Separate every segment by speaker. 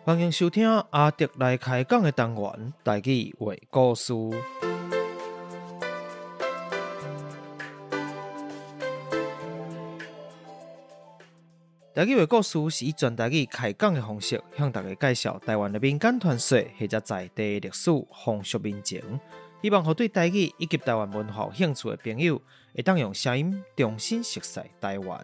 Speaker 1: 欢迎收听阿德来开讲的单元台语话故事。台语话故事是以全台语开讲的方式，向大家介绍台湾的民间传说或者在地历史、风俗民情，希望让对台语以及台湾文化有兴趣的朋友，会当用声音重新熟悉台湾。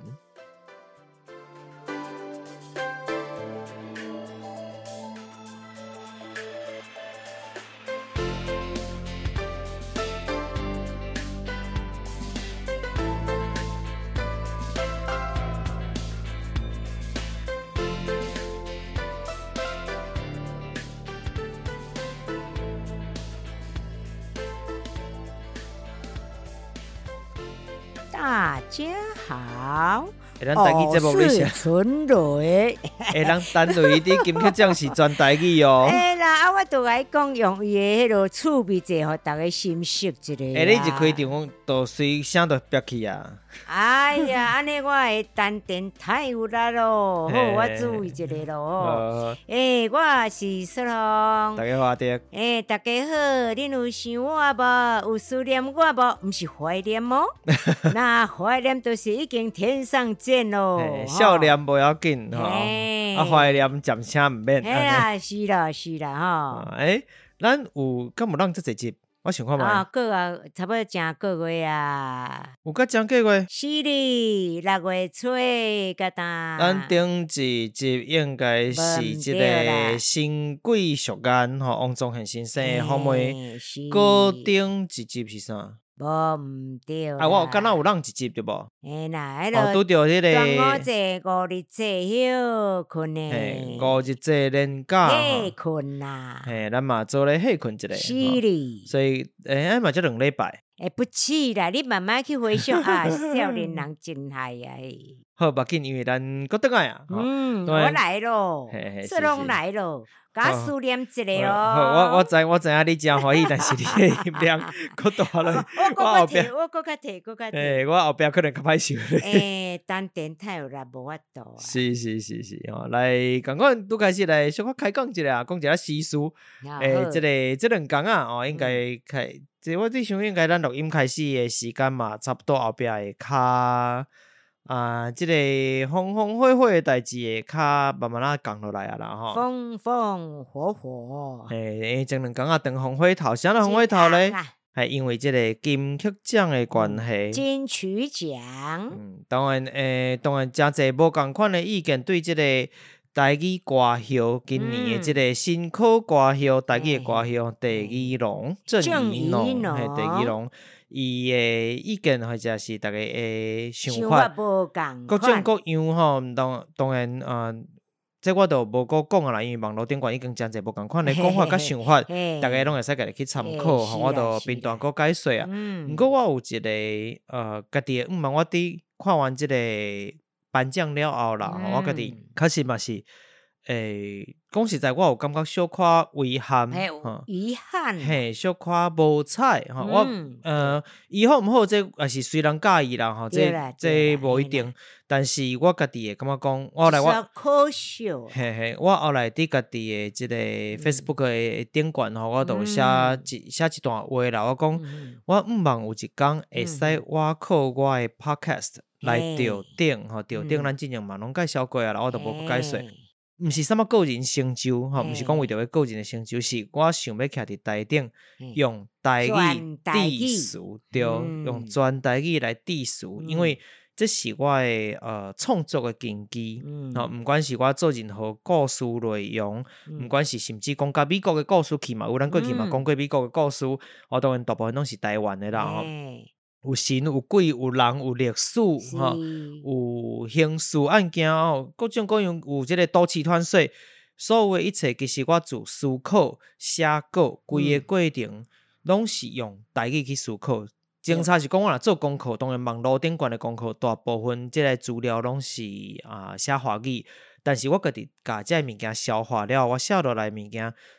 Speaker 2: 大家好，
Speaker 1: 咱台语节目要
Speaker 2: 是春雷。
Speaker 1: 咱单位伫金曲奖是全台语哦。
Speaker 2: 啦，我就来讲用伊的迄落趣味者，互大家欣赏一下。
Speaker 1: 你一开场就随声就憋去啊！
Speaker 2: 哎呀，安尼我会丹田太有力咯，好，我注意一下咯。我是雪龙，
Speaker 1: 大家好，阿德。
Speaker 2: 大家好，恁有想我无？有思念我无？毋是怀念哦，那怀念就是已经天上见咯。
Speaker 1: 少年无要紧吼，怀念暂时毋免。
Speaker 2: 是啦，是啦吼。
Speaker 1: 咱有敢有人这一集？我想看卖。
Speaker 2: 过啊，差不多正个月啊。
Speaker 1: 有甲正过月？
Speaker 2: 是哩，6月初甲呾。
Speaker 1: 咱顶一集应该是即个新贵俗眼吼，王宗宪先生的访问。个顶一集是啥？
Speaker 2: 毋对啦。
Speaker 1: 我敢若有人一集对无？
Speaker 2: 啦，迄落
Speaker 1: 拄着迄个
Speaker 2: 端午节、5日节休困诶。
Speaker 1: 5日节连假
Speaker 2: 休困啦。
Speaker 1: 咱嘛做咧休困一个。
Speaker 2: 是哩。
Speaker 1: 所以嘛才2礼拜。
Speaker 2: 不是啦，你慢慢去回想啊，少年人真害啊！
Speaker 1: 好，目紧，因为咱搁倒来啊。
Speaker 2: 我来咯，雪龙来咯。甲思念一下
Speaker 1: 哦。我知影你真欢喜，但是你的音量搁大了。
Speaker 2: 我搁较提。
Speaker 1: 我后壁可能较歹受。
Speaker 2: 丹田太有力，无法度。
Speaker 1: 是来，赶快拄开始来小可开讲一下，讲一下时事。这两天啊，应该开，我伫想应该咱录音开始的时间嘛，差不多后壁会较。这个风火的代志会较慢慢降落来啊啦吼。
Speaker 2: 风火。
Speaker 1: 前2天长风火头，啥风火头咧？系因为这个金曲奖的关系。
Speaker 2: 金曲奖。
Speaker 1: 当然真侪无共款的意见，对这个台语歌后今年的这个新考歌后台语的歌后郑宜农，郑宜农，郑宜农。伊的意见或者是大家的想法各种各样吼，当然这我就无搁讲啊啦，因为网络顶悬已经真侪无共款的讲法甲想法，大家拢会使家己去参考吼。我就片段搁解说啊。毋过我有一个家己的嘛，我伫看完即个颁奖了后啦，我家己确实嘛是。讲实在，我有感觉小可遗憾，
Speaker 2: 遗憾，
Speaker 1: 小可无彩吼。我伊好毋好，这也是随人介意啦吼。这无一定，但是我家己会感觉讲，我
Speaker 2: 可惜，
Speaker 1: 我后来伫家己的即个 Facebook 的顶悬吼，我就写一段话啦。我讲，我毋望有一天会使我靠我的 Podcast 来吊顶吼，吊顶咱之前嘛拢介绍过啊啦，我就无解说。毋是什么个人成就吼，毋是讲为着个人的成就，是我想要徛伫台顶，用台语致辞，对，用全台语来致辞，因为这是我的创作的根基。毋管是我做任何故事内容，毋管是甚至讲甲美国的故事去嘛，有咱过去嘛讲过美国的故事，当然大部分拢是台湾的啦吼。有神有鬼有人有历史有刑事案件各种各样，有这个都市传说，所有的一切其实我自思考写稿规个过程拢是用台语去思考。警察是讲我若做功课，当然网络顶悬的功课大部分这个资料拢是写华语，但是我家己甲这物件消化了，我写落来物件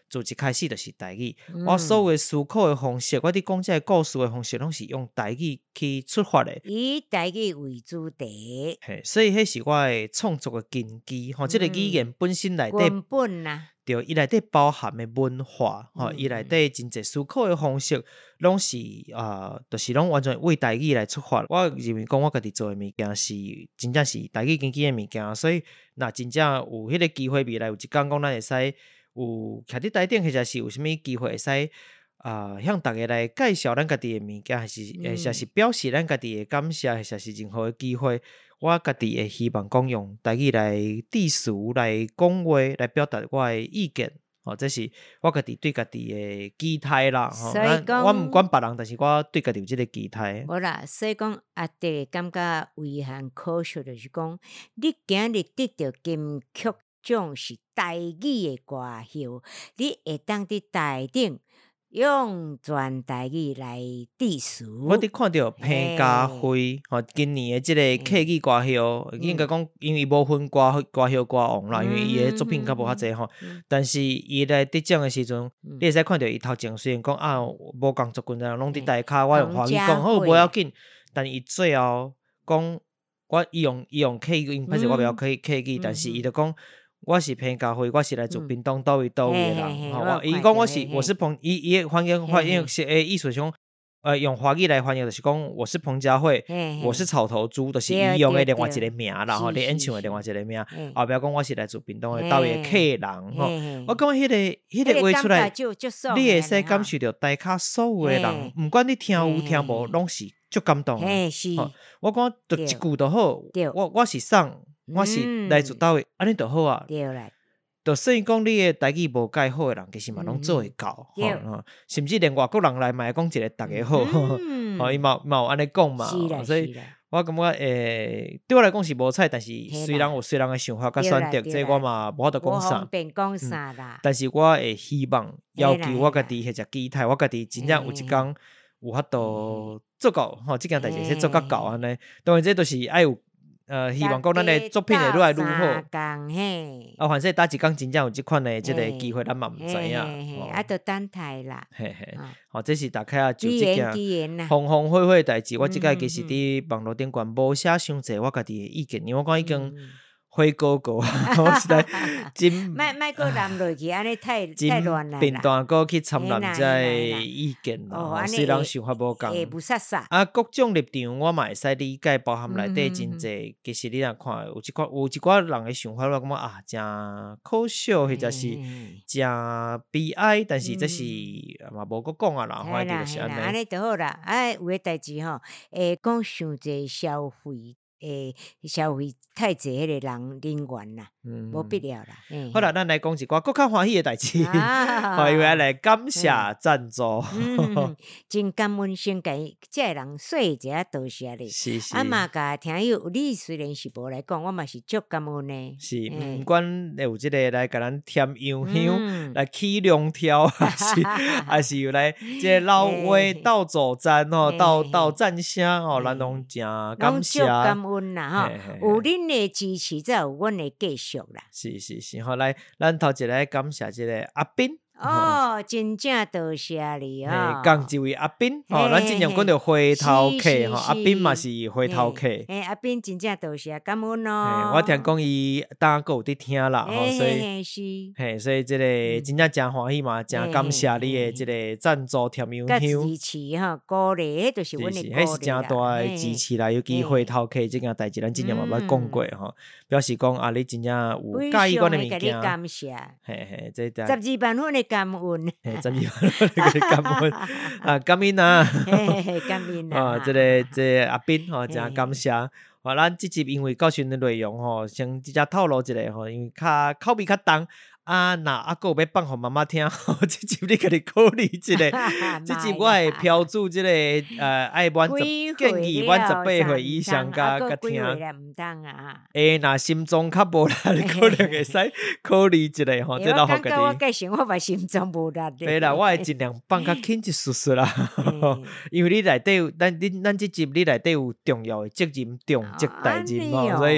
Speaker 1: 自一开始就是台语，我所有的思考的方式，我伫讲这个故事的方式，拢是用台语去出发的，
Speaker 2: 以台语为主题，
Speaker 1: 嘿，所以迄是我的创作的根基，这个语言本身内底
Speaker 2: 根本啦，
Speaker 1: 对，伊内底包含的文化，伊内底真侪思考的方式，拢是就是拢完全为台语来出发。我认为讲我家己做的物件是真正是台语根基的物件，所以若真正有迄个机会，未来有一天讲咱会使有徛伫台顶，或者是有啥物机会会使向大家来介绍咱家己的物件，还是或者是表示咱家己的感谢，或者是任何的机会。我家己会希望讲用台语来致辞、来讲话、来表达我的意见，这是我家己对家己的期待啦。
Speaker 2: 所以讲，
Speaker 1: 我毋管别人，但是我对家己有这个期待。
Speaker 2: 无啦，所以讲阿弟感觉遗憾可惜，就是讲你今日得到金曲奖是台语的歌后，你会当伫台顶用全台语来致辞。
Speaker 1: 我伫看到彭佳慧，今年的即个客语歌后，应该讲因为无分歌后歌王啦，因为伊的作品较无遐济吼。但是伊来得奖的时阵，你会使看到伊头前虽然讲无工作群人拢伫台骹，我用华语讲好无要紧，但伊最后讲伊用客语，因反正我袂晓客语，但是伊就讲。我是彭佳慧，我是来自屏东倒位的人。伊讲我是彭，伊翻译是意思像用华语来翻译就是讲我是彭佳慧，我是草头猪，就是伊用的另外一个名啦，你演唱的另外一个名。后壁讲我是来自屏东的倒位的客人。我感觉迄个话出来，你会使感受到台骹所有的人，毋管你听有听无，拢是足感动的。我讲就一句就好，我是送。我是来自倒位，安尼就好啊。
Speaker 2: 对啦，
Speaker 1: 就算讲你的台语无介好的人，其实嘛拢做会到，甚至连外国人来嘛会讲一个大家好，伊嘛有安尼讲嘛。所以我感觉对我来讲是无错，但是虽然有虽然的想法甲选择，这我嘛无法度讲啥。但是我会希望要求我家己或者期待我家己真正有一天有法度做到，这件代志是做到够安尼。当然这都是爱有。希望讲咱的作品会愈来愈好。反正打一天真正有即款的即个机会，咱嘛毋知影。
Speaker 2: 就等待啦。
Speaker 1: 这是大家就即件风风火火的代志。我即个其实伫网络顶悬无写伤济我家己的意见，因为我讲已经火高高，我实在真
Speaker 2: 莫搁淋落去，安尼太乱啦。
Speaker 1: 片段搁去参咱遮的意见啦，虽然想法无共。各种立场我嘛会使理解，包含内底真济。其实你若看有一寡人的想法，我感觉真可笑，或者是真悲哀，但是这是嘛无搁讲啊啦，反正就是安尼。
Speaker 2: 安尼就好啦，有诶代志吼，讲伤济消费。消费太济迄个人员啦，无必要啦。
Speaker 1: 好啦，咱来讲一寡更较欢喜的代志，因为来感谢赞助，
Speaker 2: 真感恩先给这人说一下多谢你。
Speaker 1: 是。
Speaker 2: 嘛甲听友，你虽然是无来讲，我嘛是足感恩的。
Speaker 1: 是，毋管有即个来甲咱添油香，来起龙条，还是有来即个老话斗助赞斗赞声咱拢真感谢。
Speaker 2: 有恁的支持，才有阮的继续啦。
Speaker 1: 是，好来，咱头一个感谢即个阿斌。
Speaker 2: 真正多谢你
Speaker 1: 讲一位阿斌，咱尽量讲到回头客阿斌嘛是回头客。
Speaker 2: 阿斌真正多谢，感恩咯。
Speaker 1: 我听讲伊当个有伫听啦，所以所以即个真正真欢喜嘛，真感谢你的即个赞助添油香。
Speaker 2: 支持鼓励，迄就是阮的鼓励啦。
Speaker 1: 迄是真大的支持啦，尤其回头客即件代志，咱真正嘛捌讲过表示讲你真正有介意我的物件。
Speaker 2: 感谢，
Speaker 1: 这
Speaker 2: 12万分的感恩
Speaker 1: ，12万分的感恩感恩啊，
Speaker 2: 感恩啊，
Speaker 1: 这个阿斌真感谢。咱这集因为教训的内容先直接透露一下因为口味较重。那还有要放互妈妈听，这集你家己考虑一下。这集我会标注这个爱建议满18岁以上甲听。那心脏较无力，可能会使考虑一下这老好家己。
Speaker 2: 我感觉我嘛心脏无力。
Speaker 1: 对啦，我会尽量放较轻一丝啦，因为你内底有咱这集你内底有重要的责任、重责代志所以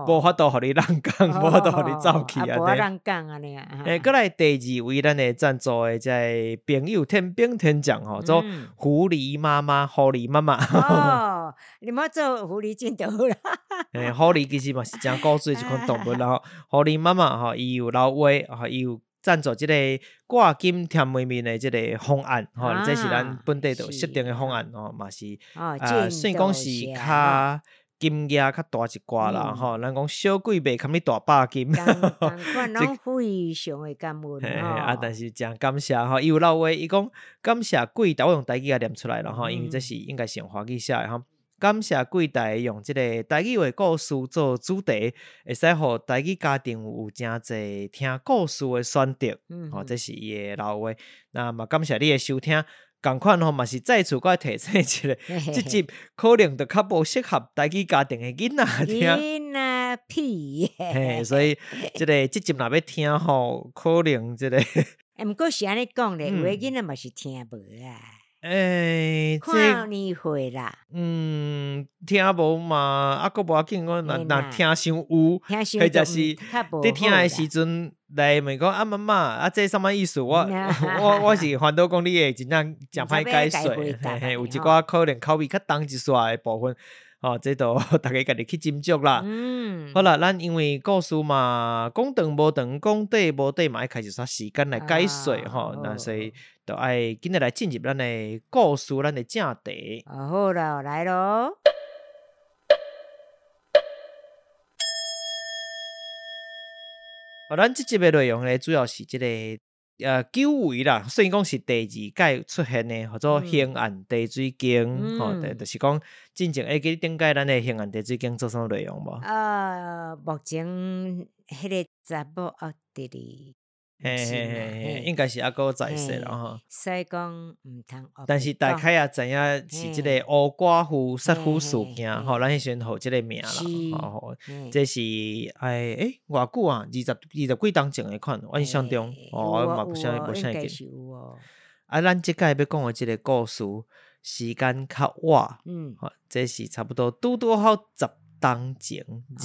Speaker 1: 无法度互你人讲，无法度互你走去
Speaker 2: 啊，无人讲安尼啊。
Speaker 1: 过来第二位咱的赞助的这朋友天兵天将吼，做狐狸妈妈，狐狸妈妈。
Speaker 2: 哦，你莫做狐狸精就好啦。
Speaker 1: 狐狸其实嘛是真古水一款动物啦。狐狸妈妈吼，伊有老话，伊有赞助这个挂金甜妹妹的这个方案，这是咱本地就设定的方案嘛是算讲是较金额较大一寡啦咱讲小贵袂堪你大把金，
Speaker 2: 同款拢非常的感恩
Speaker 1: 但是真感谢伊有老话，伊讲感谢贵台，我用台语啊念出来了因为这是应该是用华语写的感谢贵台用这个台语的故事做主题，会使互台语家庭有真侪听故事的选择，这是伊的老话。那么感谢你的收听，同款嘛是再次再提醒一个，这集可能就较无适合台语家庭的囡仔听。
Speaker 2: 囡仔屁，
Speaker 1: 所以这集若要听可能这个
Speaker 2: 毋过是安尼讲咧，有的囡仔嘛是听无啊。看年岁啦，
Speaker 1: 听无嘛，佫无要紧，我若听伤有，或者是你听的时阵来问讲妈妈这什么意思？我是烦恼讲你会真正真歹解说，有一寡可能口味较重一撮的部分。这都大家家己去斟酌啦。好啦，咱因为故事嘛，讲长无长，讲短无短嘛，要开始煞时间来解说那所以就爱今日来进入咱的故事，咱的正题。
Speaker 2: 好了，来咯。
Speaker 1: 咱这集的内容呢，主要是这个久违啦，虽然讲是第二届出现的，叫做兴安地水经，就是讲真正记顶届咱的兴安地水经做什么内容无？
Speaker 2: 目前迄个查某伫哩，
Speaker 1: 应该是还佫在世啦
Speaker 2: 所以讲毋通。
Speaker 1: 但是大概也知影是即个乌寡妇杀夫事件咱迄时阵互即个名啦这是偌久啊？20几当前的款，我印象中我嘛无啥记。咱即届要讲的即个故事时间较晚，这是差不多拄好10当前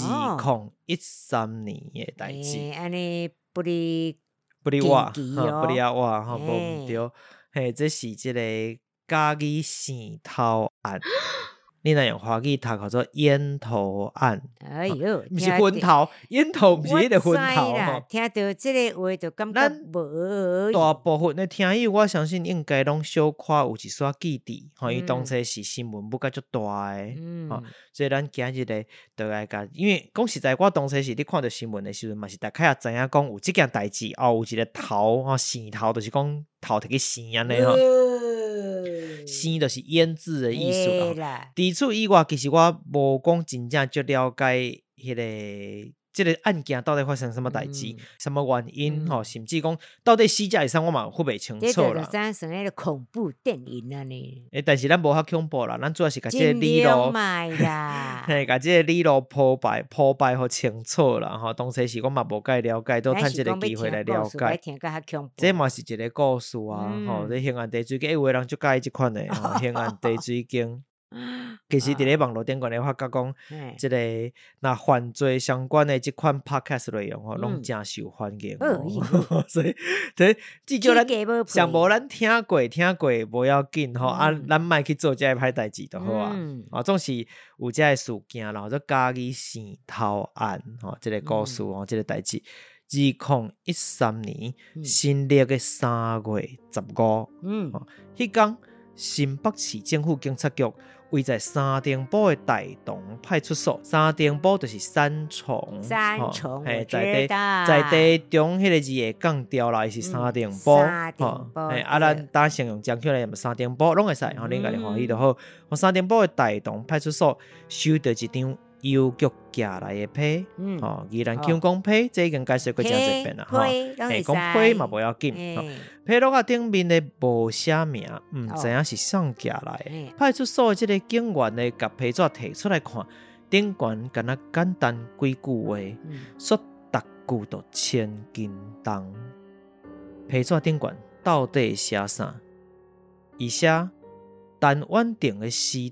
Speaker 1: 2013年的代志。
Speaker 2: 安尼不离
Speaker 1: 我无毋对，这是即个嘉义县头案。你若用华语读叫做烟头案。
Speaker 2: 哎哟，
Speaker 1: 毋是昏头，烟头毋是迄个昏头
Speaker 2: 听到即个话就感觉无。
Speaker 1: 大部分的听友，我相信应该拢小可有一撮记忆，因为当初是新闻不甲足大的，所以咱今日咧就来甲，因为讲实在，我当初是你看到新闻的时阵，嘛是大概也知影讲有即件代志，有一个头生头，就是讲头摕去生安尼生就是腌制的意思啦。除此以外，其实我无讲真正足了解迄个这个案件到底发生什么代志，什么原因甚至讲到底死者是啥，我嘛分袂清楚啦。
Speaker 2: 这就算迄个恐怖电影啊呢。
Speaker 1: 但是咱无遐恐怖啦，咱主要是甲这个理路
Speaker 2: 啦，
Speaker 1: 甲这个理路铺排互清楚啦。当初是我嘛无解了解，都趁这个机会来了解。这嘛是一个故事啊，这兴安地水经，有的人就介意这款的兴安地水经。其实伫咧网络顶悬咧发觉讲，即个那犯罪相关的即款 podcast 内容拢真受欢迎所以至少咱上无咱听过无要紧咱莫去做这歹代志就好啊。总是有这个事件啦，或者嘉义县头案即个故事即个代志。2013年新历的3月15，迄天新北市政府警察局位在三重埔的大同派出所，三重埔就是三重，
Speaker 2: 在
Speaker 1: 地中迄个字会降调来是三重埔，咱打成用正确来用三重埔拢会使，恁家己欢喜就好。三重埔的大同派出所收到一张邮局寄来的批，宜兰腔讲批，这已经解释过真侪遍啦。讲批嘛无要紧，批录啊顶面的无写名，毋知影是送寄来的。派出所的这个警员呢，甲批纸摕出来看，顶悬敢若简单几句话，说逐句都千斤重。批纸顶悬到底写啥？伊写陈婉婷的尸体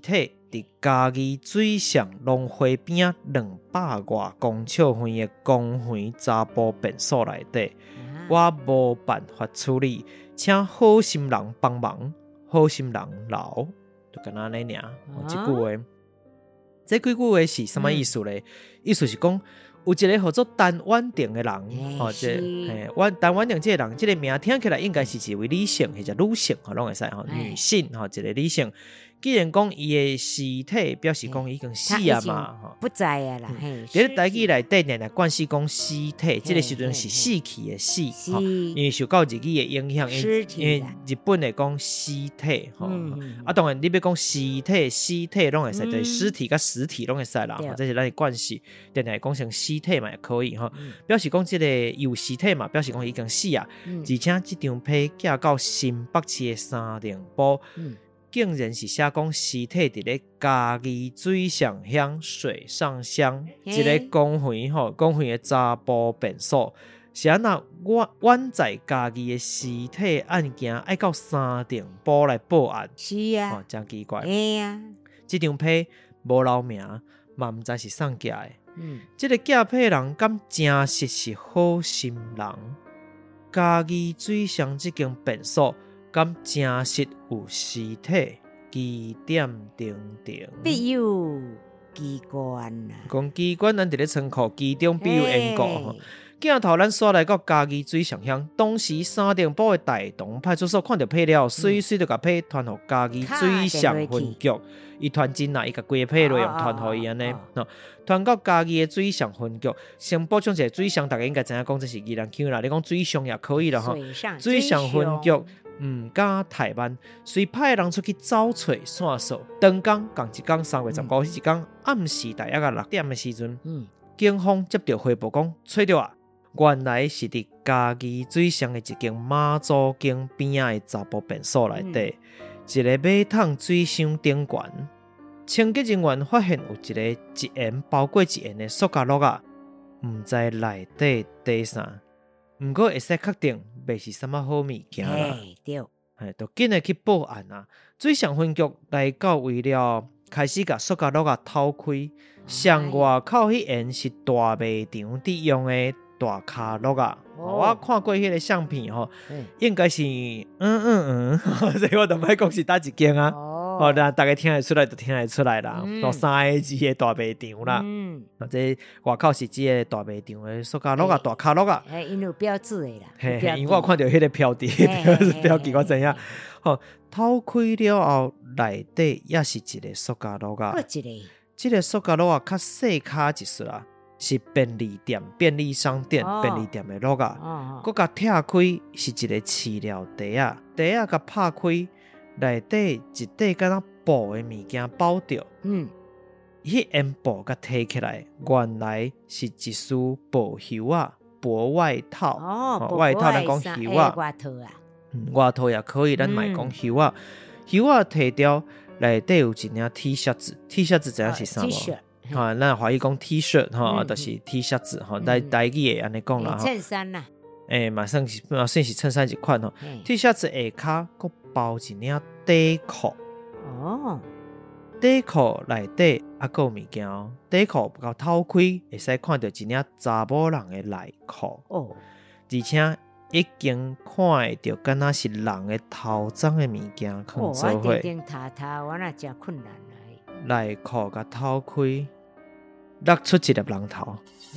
Speaker 1: 伫嘉義水上農會邊200外公尺遠的公園查埔便所內底，我無辦法處理，請好心人幫忙，好心人留，就咁樣呢爾。這句話，這幾句話是什麼意思呢？意思是講有一個叫做陳婉婷的人，陳婉婷這個人，這個名聽起來應該是一位女性或者女性，攏會使女性，一個女性。既然講伊的屍體，表示講已經死啊嘛，
Speaker 2: 不在啊啦。
Speaker 1: 喺台語內底，常慣是講屍體，這個時陣是死去的死，因為受到日語的影響，因為日本會講屍體，當然你要講屍體，屍體攏會使，對屍體甲實體攏會使啦，這是咱的慣勢，常常講成屍體嘛也可以，表示講這個有屍體嘛，表示講已經死啊，而且這張被寄到新北市的三重埔。竟然是寫講屍體佇咧嘉義水上鄉水上鄉一個公園公園的查埔便所，是安那遠在嘉義的屍體案件愛到三重埔來報案，
Speaker 2: 是啊，
Speaker 1: 真奇怪。這張被無留名，嘛唔知是啥寄的。這個寄被人敢真實是好心人？嘉義水上這間便所。咁真實有屍體，疑點定定，
Speaker 2: 必有機關啊！
Speaker 1: 講機關，咱佇咧倉庫其中必有緣故。鏡頭咱刷來到嘉義水上鄉，當時三重埔的大同派出所看到被了，隨就甲被傳予嘉義水上分局，伊傳真啦，伊甲規個被內容傳予伊安尼，傳到嘉義的水上分局。先補充一下，水上大家應該知影講這是宜蘭腔啦，你講水上也可以啦吼。水上分局。唔敢怠慢，隨派人出去找找線索。當天共一天3月15日一天暗時大約6點的時陣，警方接到回報講，找到啊，原來是佇嘉義水上的一間媽祖經邊仔的查埔便所內底，一個馬桶水箱頂懸，清潔人員發現有一個一元包過一元的塑膠袋啊，唔知內底底啥，不過會使確定。袂是什麼好物件啦，就緊來去報案啊！水上分局來到位了，開始甲塑膠袋啊偷開，上外口迄沿是大賣場佇用的大卡袋啊！我看過迄個相片吼，應該是所以我就歹講是哪一間啊？大家聽得出來就聽得出來啦，到3個字的大賣場啦。這外口是指個大賣場的塑膠袋啊，大卡袋啊。
Speaker 2: 因為有標誌的啦。
Speaker 1: 因為我看到迄個標誌，標記我知影。偷開了後，內底也是一個塑膠袋啊。這個塑膠袋啊，較細卡一絲啦，是便利店、便利商店、便利店的袋啊。佮甲拆開是一個飼料袋啊，袋啊甲拍開。內底一塊敢若布的物件包着，迄件布甲摕起來，原來是一束薄袖啊，薄外套。外套咱講袖啊，外套也可以，咱賣講袖啊。袖啊摕掉，內底有一領 T 恤子 ，T 恤子知影是啥無？咱華語講 T 恤就是 T 恤子台語會安尼講啦。
Speaker 2: 襯衫啦，
Speaker 1: 嘛算是襯衫一款吼。T 恤子下骹佫包一領底褲，底褲內底還有物件哦。底褲甲偷開，會使看到一領查某人的內褲，而且已經看會到敢若是人的頭髒的物件放做伙。
Speaker 2: 我那真困難啦。
Speaker 1: 內褲甲偷開，落出一粒人頭。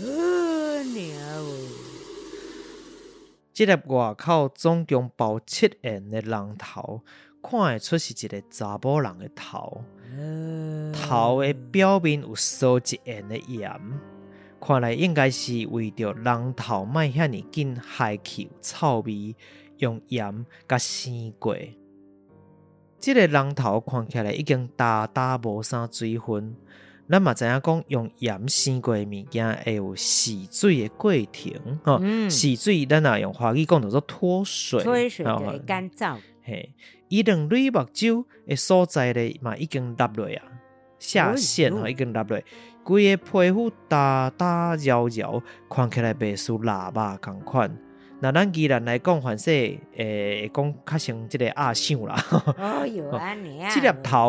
Speaker 1: 這粒外口總共包7元的人頭，看會出是一個查某人的頭，頭的表面有掃1元的鹽，看來應該是為着人頭莫遐爾緊害去有臭味，用鹽甲生過。這個人頭看起來已經大無啥水分。咱嘛知影講用鹽生過的物件會有洗水的過程，洗水咱也用華語講叫做脫水，
Speaker 2: 脫水就會乾燥。
Speaker 1: 伊兩蕊目睭的所在咧嘛已經立落啊，下線已經立落，規個皮膚大搖搖，看起來袂輸臘肉同款。那咱既然來講，凡說會講較像即個鴨想啦，這粒頭。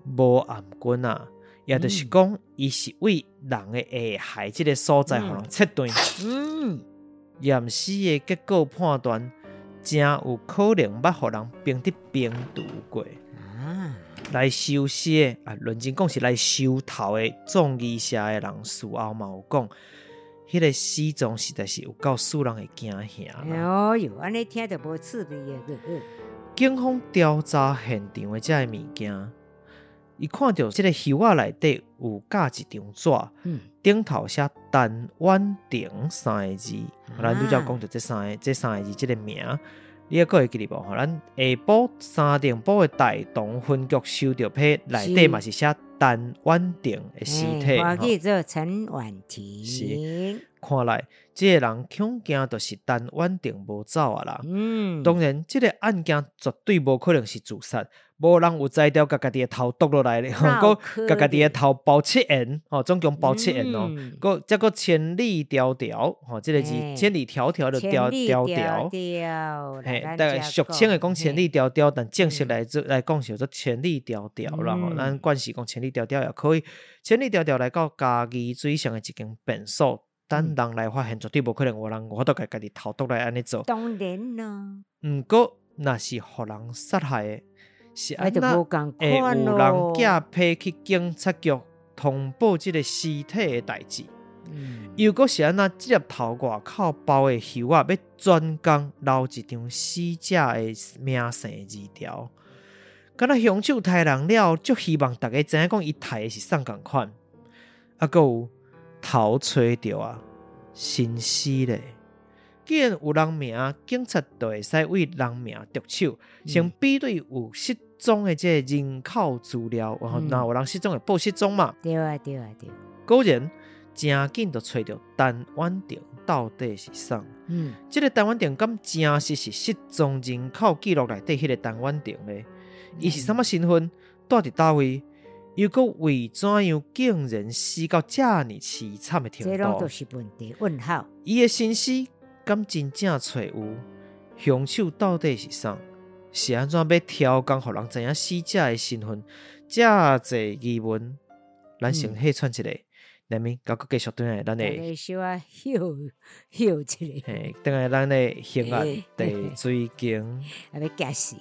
Speaker 1: 无颔棍啊，也就是讲，伊是为人的下骸这个所在，互人切断。验尸的结果判断，真有可能捌互人冰伫冰毒过。来收尸的论真讲是来收头的葬仪社的人事后嘛有讲，迄个死状实在是有够使人会惊吓。
Speaker 2: 哎呦，安尼听着无刺激的。
Speaker 1: 警方调查现场的这个物件，伊看到这个箱仔内底有架一张纸，顶头写陈婉婷3个字。咱拄则讲到这三个字这个名，你还会记得无？咱下晡三重埔的大同分局收到批，内底嘛是写陈婉婷的尸体。
Speaker 2: 我记做陈婉婷。
Speaker 1: 是，看来这个人恐惊就是陈婉婷无走啊啦。当然，这个案件绝对无可能是自杀，无人有才调，家己的头剁落来咧，佮家己的头包7元，总共包7元哦，再个千里迢迢，这个字千里迢迢就迢，嘿，大概俗称的讲千里迢迢，但正式来讲是做千里迢迢啦。咱惯势讲千里迢迢也可以，千里迢迢来到嘉义水上的一间便所。等人来发现，绝对无可能有人我都家己头剁来安尼做。
Speaker 2: 当然啦。
Speaker 1: 毋过，若是互人杀害的，是安那会有人寄批去警察局通报这个尸体的代志。又果是安那这粒头外口包的箱仔，要专工留一张死者的名姓字条。敢若凶手杀人了，就希望大家知影讲伊杀的是啥共款。还有头吹着啊，新尸咧。既然有人名，警察就会使为人名着手，先比对有失踪的这个人口资料，然后若有人失踪会报失踪嘛。
Speaker 2: 对啊。
Speaker 1: 果然，真紧就找到陈婉婷到底是啥？这个陈婉婷敢真是失踪人口记录内底迄个陈婉婷咧？伊是啥物身份？住伫倒位？又个为怎样竟然死到这么凄惨的程度？
Speaker 2: 这拢都是问题。问号。
Speaker 1: 伊的身世敢真正找有？凶手到底是啥？是安怎要挑工，互人知影死者的身份？这侪疑问，咱先下喘一下，下面甲佮继续转来咱的
Speaker 2: 小啊休一下。
Speaker 1: 嘿，转来咱的刑案地水经，
Speaker 2: 还要假死。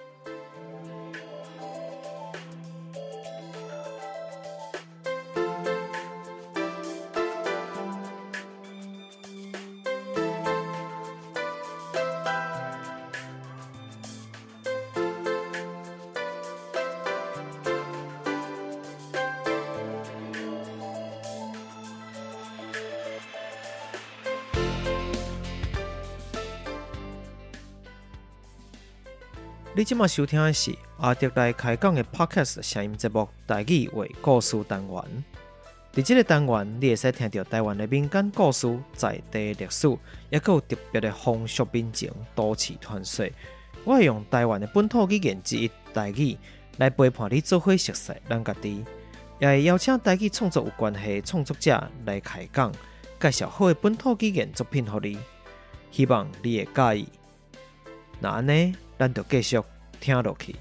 Speaker 1: 你即马收听的是阿迪来开讲的 Podcast 声音节目台语话故事单元。伫这个单元，你会使听到台湾的民间故事、在地历史，也有特别的风俗民情、都市传说。我会用台湾的本土语言之一台语来陪伴你做伙熟悉咱家己，也会邀请台语创作有关系创作者来开讲，介绍好的本土语言作品给你。希望你会介意。那安尼，咱就继续听落去。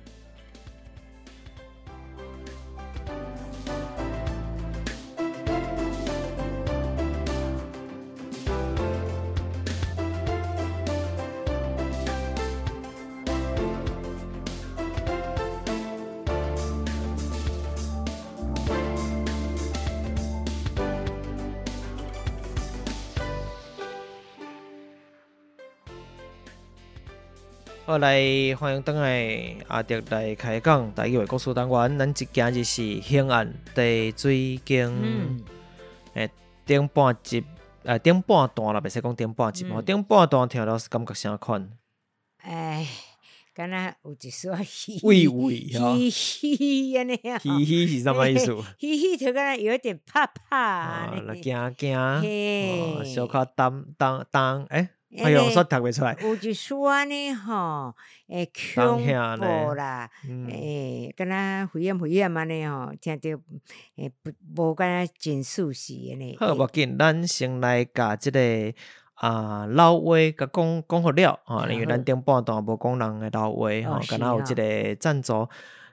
Speaker 1: 好，来欢迎回来阿迪来开讲台语的故事单元。咱今日是刑案地水经，顶半集，顶半段啦，袂使讲顶半集吼，顶半段听了是感觉啥款？
Speaker 2: 敢若有一撮嘻
Speaker 1: 喂喂哈，
Speaker 2: 嘻嘻安尼啊，
Speaker 1: 嘻嘻是什么意思？
Speaker 2: 嘻嘻就敢若有一点怕怕，
Speaker 1: 惊惊，小可当哎呦，说读袂出来。
Speaker 2: 有一撮安尼吼，恐怖啦，敢若灰暗安尼吼，听着无敢若真舒适安尼。
Speaker 1: 好，无紧，咱先来甲即个老话甲讲好了因为咱顶半段无讲人的老话敢若有即个赞助。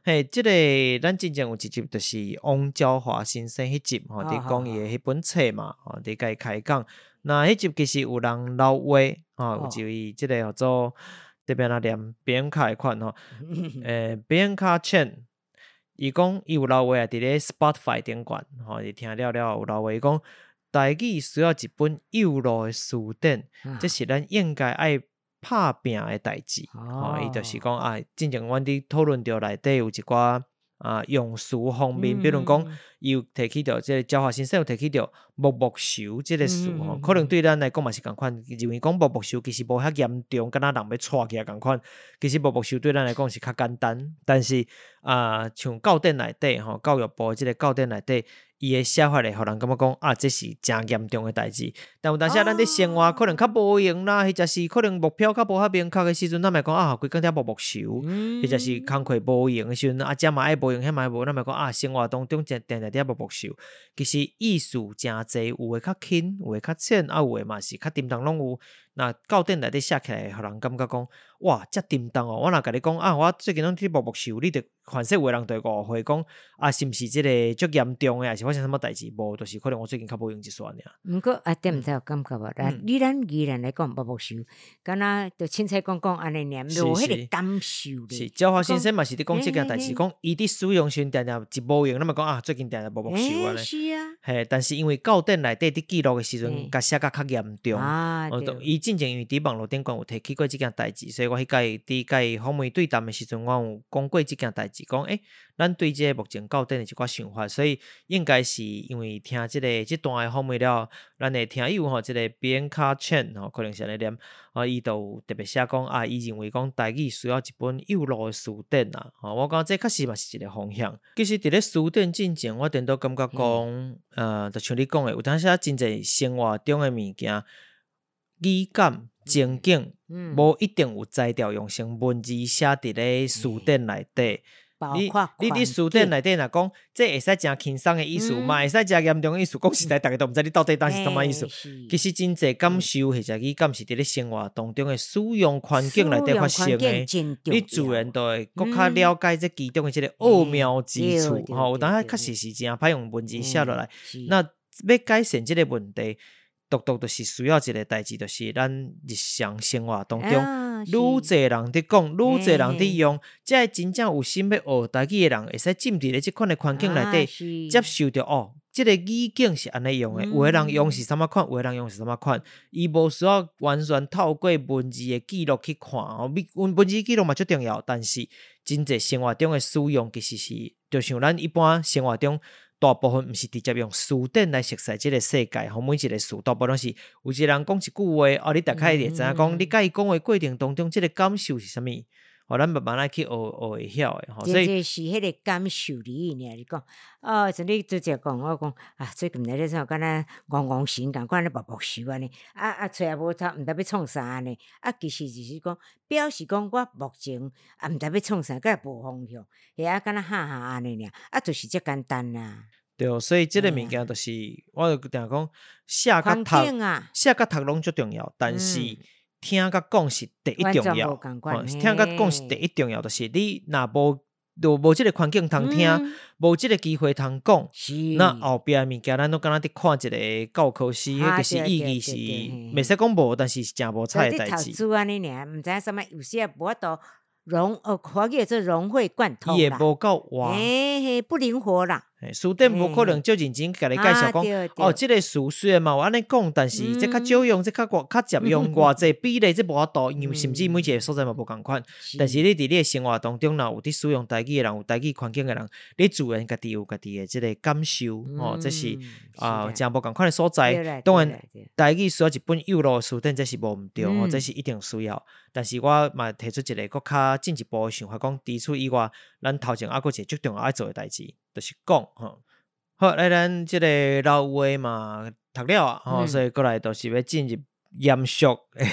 Speaker 1: 嘿，这个咱之前有一集就是王昭华先生迄集吼，伫讲伊的迄本册嘛，吼，伫甲伊开讲。那迄集其实有人老话，吼，有一位即个叫做这边啊念边卡的款吼，边卡Chen，伊讲伊有老话啊，伫咧 Spotify 顶管，吼，伊听了有老话，伊讲台语需要一本有路的词典，这是咱应该爱拍拼的代志，吼，伊就是讲啊，之前阮伫讨论着内底有一寡用词方面，比如讲，伊有提起着即个焦华先生有提起着木木熟即个词吼，可能对咱来讲嘛是共款，认为讲木木熟其实无遐严重，敢若人要错起来共款，其实木木熟对咱来讲是较简单，但是像教典内底吼，教育部即个教典内底。伊的写法会互人感觉讲这是真严重的代志，但有当时咱伫生活可能较无用啦，或者是可能目标较无遐明确的时阵，咱咪讲规工遮木木熟，或者是工课无用的时阵，遮嘛爱无用，遐嘛爱无，咱咪讲生活当中定定木木熟，其实意思真侪，有诶较轻，有诶较浅，有诶嘛是较沉重拢有。那教典内底写起来，互人感觉讲哇，遮沉重哦！我若甲你讲我最近拢伫木木熟，你着凡说话人就会误会讲是毋是即个足严重诶，还是发生什么代志？无，就是可能我最近较无用一撮尔。
Speaker 2: 毋过点毋知有感觉无？你咱依然来讲木木熟，敢若就凊彩讲安尼念，无迄个感受咧。
Speaker 1: 是，焦华先生嘛是伫讲即件代志，讲伊伫使用时定定一无用，那么讲最近定定木木熟安尼。
Speaker 2: 是啊。
Speaker 1: 嘿，但是因为教典内底伫记录诶时阵，甲写甲较严重。伊之前因为伫网络顶管有提起过即件代志，所以我迄届伫甲伊访问对谈诶时阵，我有讲过即件代志，讲咱对即个目前教典诶一寡想法，所以应该是因为听即段诶访问了，咱诶听友吼，即个边卡Chen吼，可能是安尼念，伊都有特别写讲伊认为讲台语需要一本有路诶词典啊，我感觉这确实嘛是一个方向。其实伫咧词典进前，我顶多感觉讲，就像你讲诶，有当时真侪生活中诶物件。语感情景，无一定有材料用成文字写伫咧词典内底。你伫词典内底若讲，这会使真轻松的意思，嘛会使真严重的意思。讲实在，大家都毋知你到底当是什么意思。其实真侪感受或者语感是伫咧生活当中的使用环境内底发生的，你自然就会更较了解这其中的即个奥妙之处。有当时确实是真歹用文字写落来。那要改善即个问题。独就是需要一个代志，就是咱日常生活当中，愈侪人伫讲，愈侪人伫用，才会真正有心要学台语的人，会使进入咧即款的环境内底，接受着即个语境是安尼用的。有的人用是啥物款，有的人用是啥物款，伊无需要完全透过文字的记录去看文字记录嘛最重要，但是真侪生活中的使用，其实是就像咱一般生活中。大部分毋是直接用词典来熟悉即个世界，每一个词大部分拢是有一个人讲一句话，你大概会知影讲，你甲伊讲话过程当中，即个感受是啥物？咱慢慢来去学会晓诶。
Speaker 2: 所以是迄个感受哩呢。你讲像你拄则讲，我讲最近来咧怎敢若戆神共款咧木木熟安尼，揣也无头，毋知要创啥安尼。其实就是讲，表示讲我目前毋知要创啥，敢若无方向，敢若哈安尼尔，就是遮简单啦。
Speaker 1: 对，所以即个物件就是，我就定讲，写甲读拢最重要，但是听甲讲是第一重要。听甲讲是第一重要，就是你若无即个环境通听，无即个机会通讲，那后壁物件咱都敢若伫看一个教科书，迄个是意义是袂使讲无，但是是真无彩诶代志。
Speaker 2: 读书安尼尔，毋知啥物有时无法度华语做融会贯通啦。
Speaker 1: 伊也无够活，
Speaker 2: 不灵活啦。
Speaker 1: 词典无可能就认真甲你介绍讲，即个词虽然嘛有安尼讲，但是这较少用，这较接用，偌济比例这无法度，因为甚至每一个所在嘛无共款。但是你伫你的生活当中，若有伫使用台语的人，有台语环境的人，你自然家己有家己的即个感受，这是真无共款的所在。当然，台语需要一本有路的词典，这是无毋对，这是一定需要。但是我嘛提出一个更较进一步的想法，讲除此以外，咱头前还佫一个最重要爱做的代志。就是讲好来咱即个老话嘛读了所以过来就是要进入严肃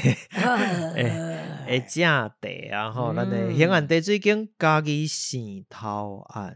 Speaker 1: 的正题咱的刑案地水经嘉义生头案。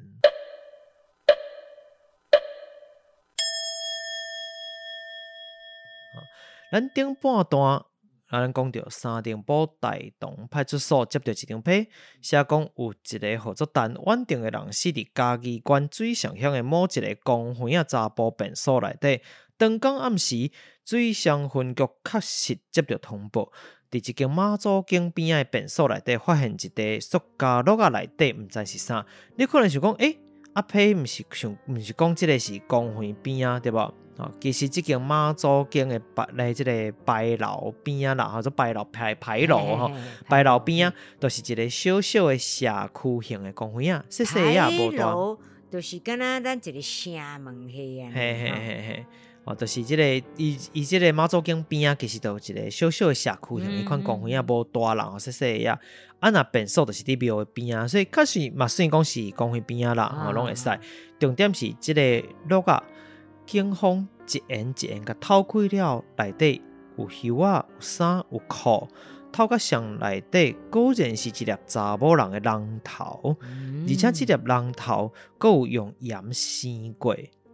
Speaker 1: 咱顶半段咱讲到三重埔大同派出所接到一张批，写讲有一个号做陈婉婷的人死伫嘉义县水上乡的某一个公园查埔便所内底。当天暗时，水上分局确实接到通报，伫一间马祖径边仔的便所内底发现一袋塑胶袋仔，内底毋知是啥。你可能想讲，批毋是讲即个是公园边啊，对无？其实即间马祖径的即个牌楼边啊啦，或者牌楼牌楼吼，牌楼边啊，都是一个小小的社区型的公园啊，细细啊无大。
Speaker 2: 就是敢若咱一个城门系啊。
Speaker 1: 嘿。就是即个伊即个马祖径边啊，其实就有一个小小的社区型，迄款公园啊无大啦，细细啊。若便所就是伫庙的边啊，所以确实嘛算讲是公园边啊啦，拢会使。重点是即个鹿啊，警方一言一言甲偷开了，内底有袖啊、有衫、有裤，偷到箱内底果然是一粒查某人的人头，而且即粒人头阁有用盐生过。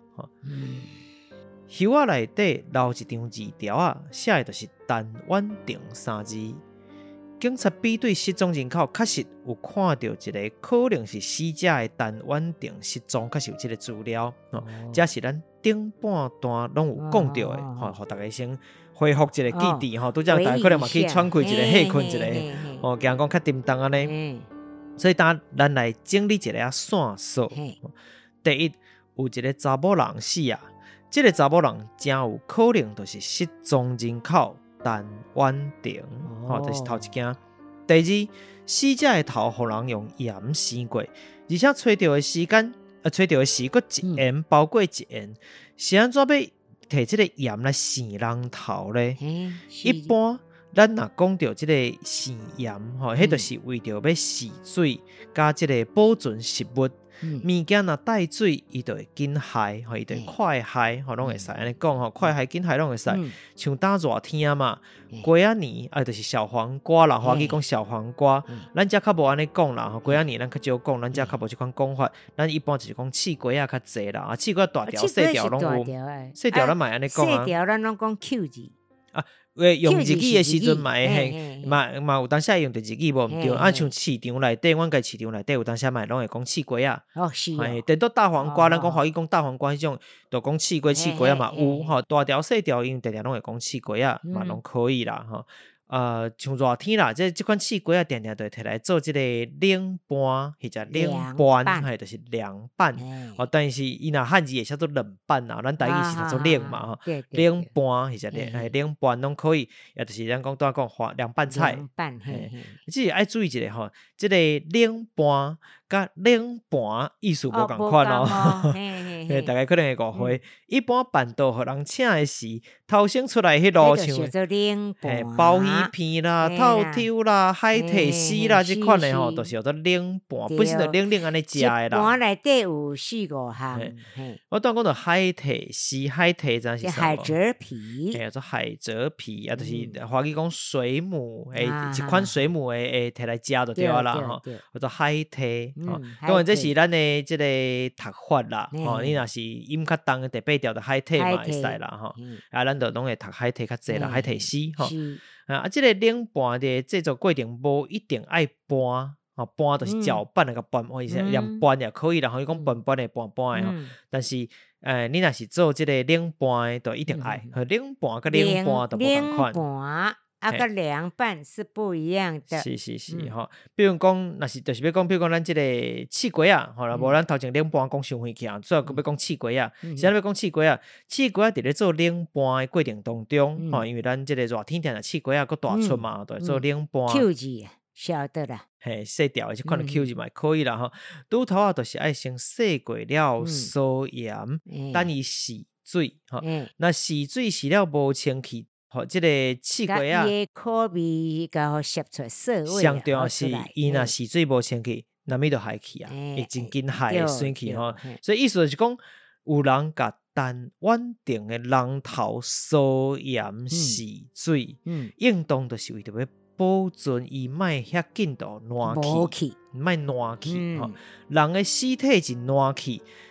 Speaker 1: 袖仔内底留一张字条啊，写的就是陈婉婷3字。警察比对失踪人口，确实有看到一个可能是死者的陈婉婷失踪，确实有这个资料。这是咱顶半段拢有讲到的，互大家先恢复一个记忆吼。拄则大家可能嘛去喘气一个、歇困一个，惊讲较沉重安尼。所以咱来整理一个线索。第一，有一个查某人死啊。这个查某人真有可能就是失踪人口陈婉婷，这是头一件。第二，死者的头互人用盐生过，而且找到的时间，找到的是佫一盐包过一盐，是安怎要摕这个盐来洗人头呢？一般咱若讲到这个洗盐，迄就是为着要洗水，加这个保存食物。物件若带水，伊就会紧坏，伊就会快坏，拢会使安尼讲，快坏紧坏拢会使。像打热天嘛，过仔年就是小黄瓜啦，华语讲小黄瓜，咱遮较无安尼讲啦。过仔年咱较少讲，咱遮较无即款讲法。咱一般就是讲刺瓜较济啦，刺瓜大条、细条拢有。细条咱嘛安尼讲啊。
Speaker 2: 细条咱拢讲 Q 字。
Speaker 1: 用日语的时阵嘛有当时用着日语无毋对，像市场内底，阮家市场内底有当时嘛拢会讲刺瓜啊。
Speaker 2: 是
Speaker 1: 等到大黄瓜，咱讲华语讲大黄瓜迄种，就讲刺瓜啊嘛有大条细条，因常常拢会讲刺瓜啊，嘛拢可以啦像热天啦，即款刺瓜啊，常常就会摕来做即个冷拌，或者冷拌，就是凉拌。但是伊若汉字会写做冷拌啊，咱台语是做冷嘛，冷拌或者冷拌拢可以，也就是咱讲讲凉拌菜。只是爱注意一下即个冷拌甲冷盘意思无共款大家可能会误会。一般办桌互人请的时，头先出来迄路像鲍鱼片啦、透抽啦、海苔丝啦，即款的都是叫做冷盘，本身就冷安尼食的啦。
Speaker 2: 盘内底有4、5项。
Speaker 1: 我当讲到海苔丝，海苔真是
Speaker 2: 海蜇皮，
Speaker 1: 叫做海蜇皮啊，就是华语讲水母，一款水母的摕来食就对啦叫做海苔。当然这是咱的这个读法啦，你若是饮较重的第8条的海苔嘛会使啦咱就拢会读海苔较济啦，海苔丝这个冷拌的制作过程无一定爱拌拌就是搅拌那个拌，或者连拌也可以啦，可以讲拌的拌的但是你若是做这个冷拌的，就一定爱冷拌跟冷拌都不同款。
Speaker 2: 跟凉拌是不一样的。
Speaker 1: 是比如讲，若是就是要讲，比如讲咱这个刺瓜啊，无咱头前冷拌讲伤远去啊，最后要讲刺瓜啊。现在要讲刺瓜啊，刺瓜伫咧做冷拌的过程当中，因为咱这个热天天的刺瓜啊，佫大出嘛，对，做冷拌。
Speaker 2: Q 字晓得啦，
Speaker 1: 细条的这款的 Q 字嘛可以啦拄头就是爱先洗过了苏盐，等伊洗水那洗水洗了无清气。这个刺瓜啊，
Speaker 2: 口味甲摄出涩味。
Speaker 1: 上重要是，伊若洗水无清气，难免就害去啊，会真紧害会酸去所以意思就是讲，有人甲陈婉婷的人头苏盐洗水，应当就是为着要保存伊莫遐紧就烂去，莫烂去人的尸体一烂去。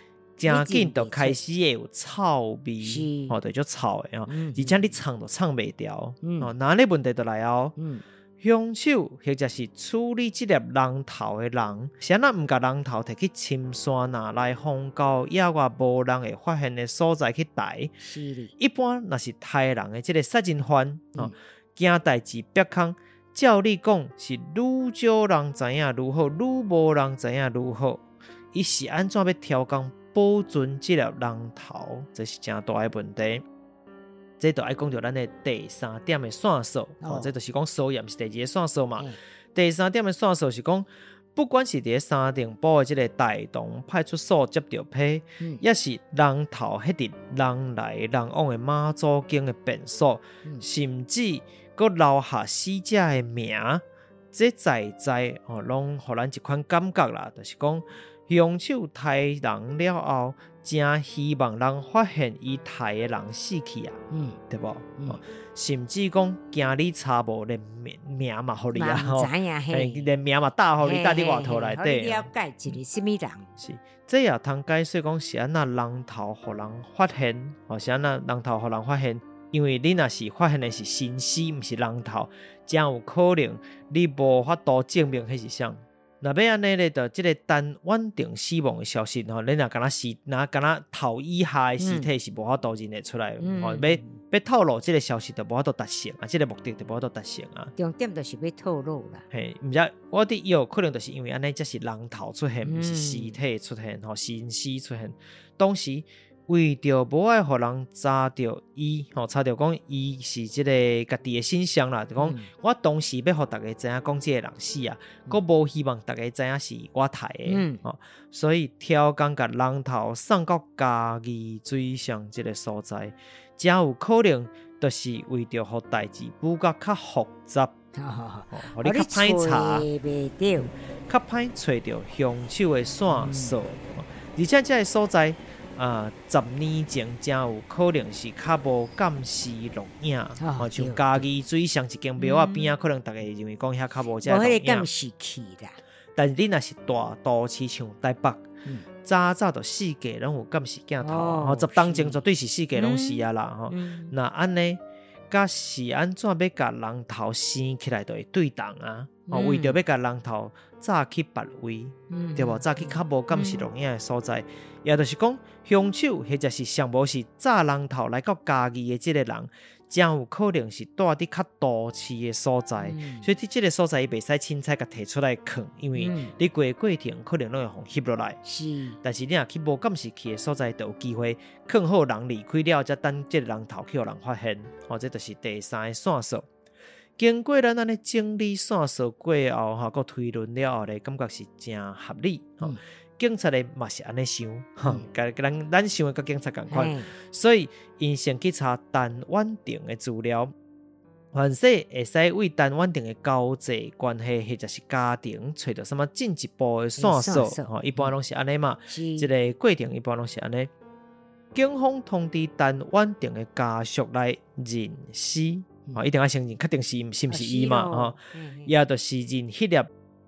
Speaker 1: 真紧就开始会有臭味，就足臭的而且你藏都藏袂掉，那呢问题就来凶手或者是处理这粒人头的人，谁若唔甲人头摕去深山拿来放到野外无人会发现的所在去逮。一般若是杀人的这个杀人犯，惊代志别空，照理讲是愈少人知影愈好，愈无人知影愈好。伊是安怎要挑工保存这粒人头，这是真大的问题。这就要讲到咱的第三点的线索，这就是讲搜验是第二个线索嘛。第三点的线索是讲，不管是伫三重埔的这个大同派出所接到批，也是人头迄伫人来人往的马祖经的便所，甚至阁留下死者的名，这在拢互咱一款感觉啦，就是讲凶手杀人了后，真希望人发现伊杀的人死去啊，对不？甚至讲惊你查无连名嘛，互你啊，连名嘛打互你，打伫外头内底，
Speaker 2: 了解一个什么人？
Speaker 1: 是，这也通解释讲是安那人头互人发现，是安那人头互人发现，因为你若是发现的是新尸，毋是人头，真有可能你无法度证明迄是啥。那要安尼咧，就即个单稳定死亡的消息，你若敢若头以下的尸体是无法度认得出来，要透露即个消息就无法度达成啊，即个目的就无法度达成啊。
Speaker 2: 重点就是要透露啦。
Speaker 1: 嘿，毋知我伫有可能就是因为安尼，才是人头出现，毋是尸体出现，新尸出现，当时。为着无爱互人查到伊，查到讲伊是即个家己的真相啦，就讲我当时要互大家知影讲即个人死啊，佫无希望大家知影是我杀的，所以挑工甲人头送到嘉义水上即个所在，真有可能就是为着互代志补甲较复杂，互你较歹查，较歹找到凶手的线索，而且这个所在。10年前真有可能是较无监视录影，像嘉义水上一间庙仔边可能大家认为讲遐较无这录影。
Speaker 2: 监视器啦。
Speaker 1: 但是你若是大都市像台北，早就四界拢有监视镜头，10当前绝对是四界拢是啊啦。那安尼，甲是安怎要甲人头生起来就会对档啊？为着要甲人头早去别位，对无？早去较无监视录影的所在。也就是讲，凶手或者是上无是炸人头来到嘉义的这个人，真有可能是住伫较都市的所在，所以这个所在伊袂使凊彩甲摕出来藏，因为你过程可能拢会互翕落来。是，但是你若去无监视器的所在，就有机会藏好人离开了，才等这个人头去互人发现。这就是第三个线索。经过咱安尼整理线索过后，佮推论了后咧，感觉是真合理。警察咧嘛是安尼想，咱想的跟警察同款，所以因先去查陈婉婷的资料，凡说会使为陈婉婷的交际关系或者是家庭找到什么进一步的线索，一般拢是安尼嘛，这个过程一般拢是安尼。警方通知陈婉婷的家属来认尸，一定要承认，确定是毋是伊嘛？也就是认迄粒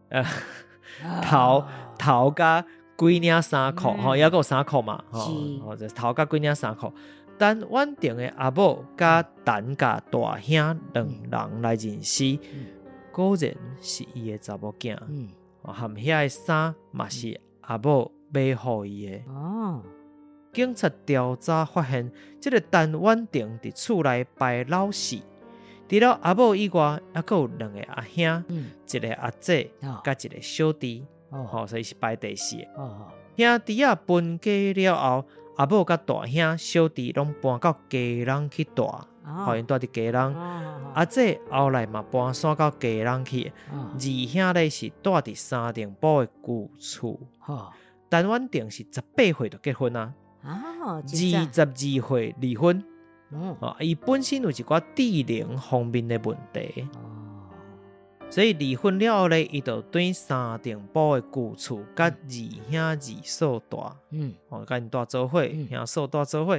Speaker 1: 头甲几领衫裤，也有衫裤嘛，就头甲几领衫裤。陈婉婷的阿母甲陈家大兄两人来认尸，果然是伊的查某囝，含遐的衫嘛是阿母买互伊的。警察调查发现，这个陈婉婷伫厝内排老死，除了阿母以外，还佫有两个阿兄，一个阿姐，甲一个小弟。所以是排第四。兄弟啊分家了后，阿母甲大兄、小弟拢搬到家人去住，因住伫家人。阿姐后来嘛搬徙到家人去。二兄咧是住伫三重埔的旧厝。陈婉婷是18岁就结婚啊，22岁离婚。伊本身有一寡智能方面的问题。所以离婚了后咧，伊就对三重埔的旧厝，甲二兄二嫂住，甲因住做伙，兄嫂住做伙，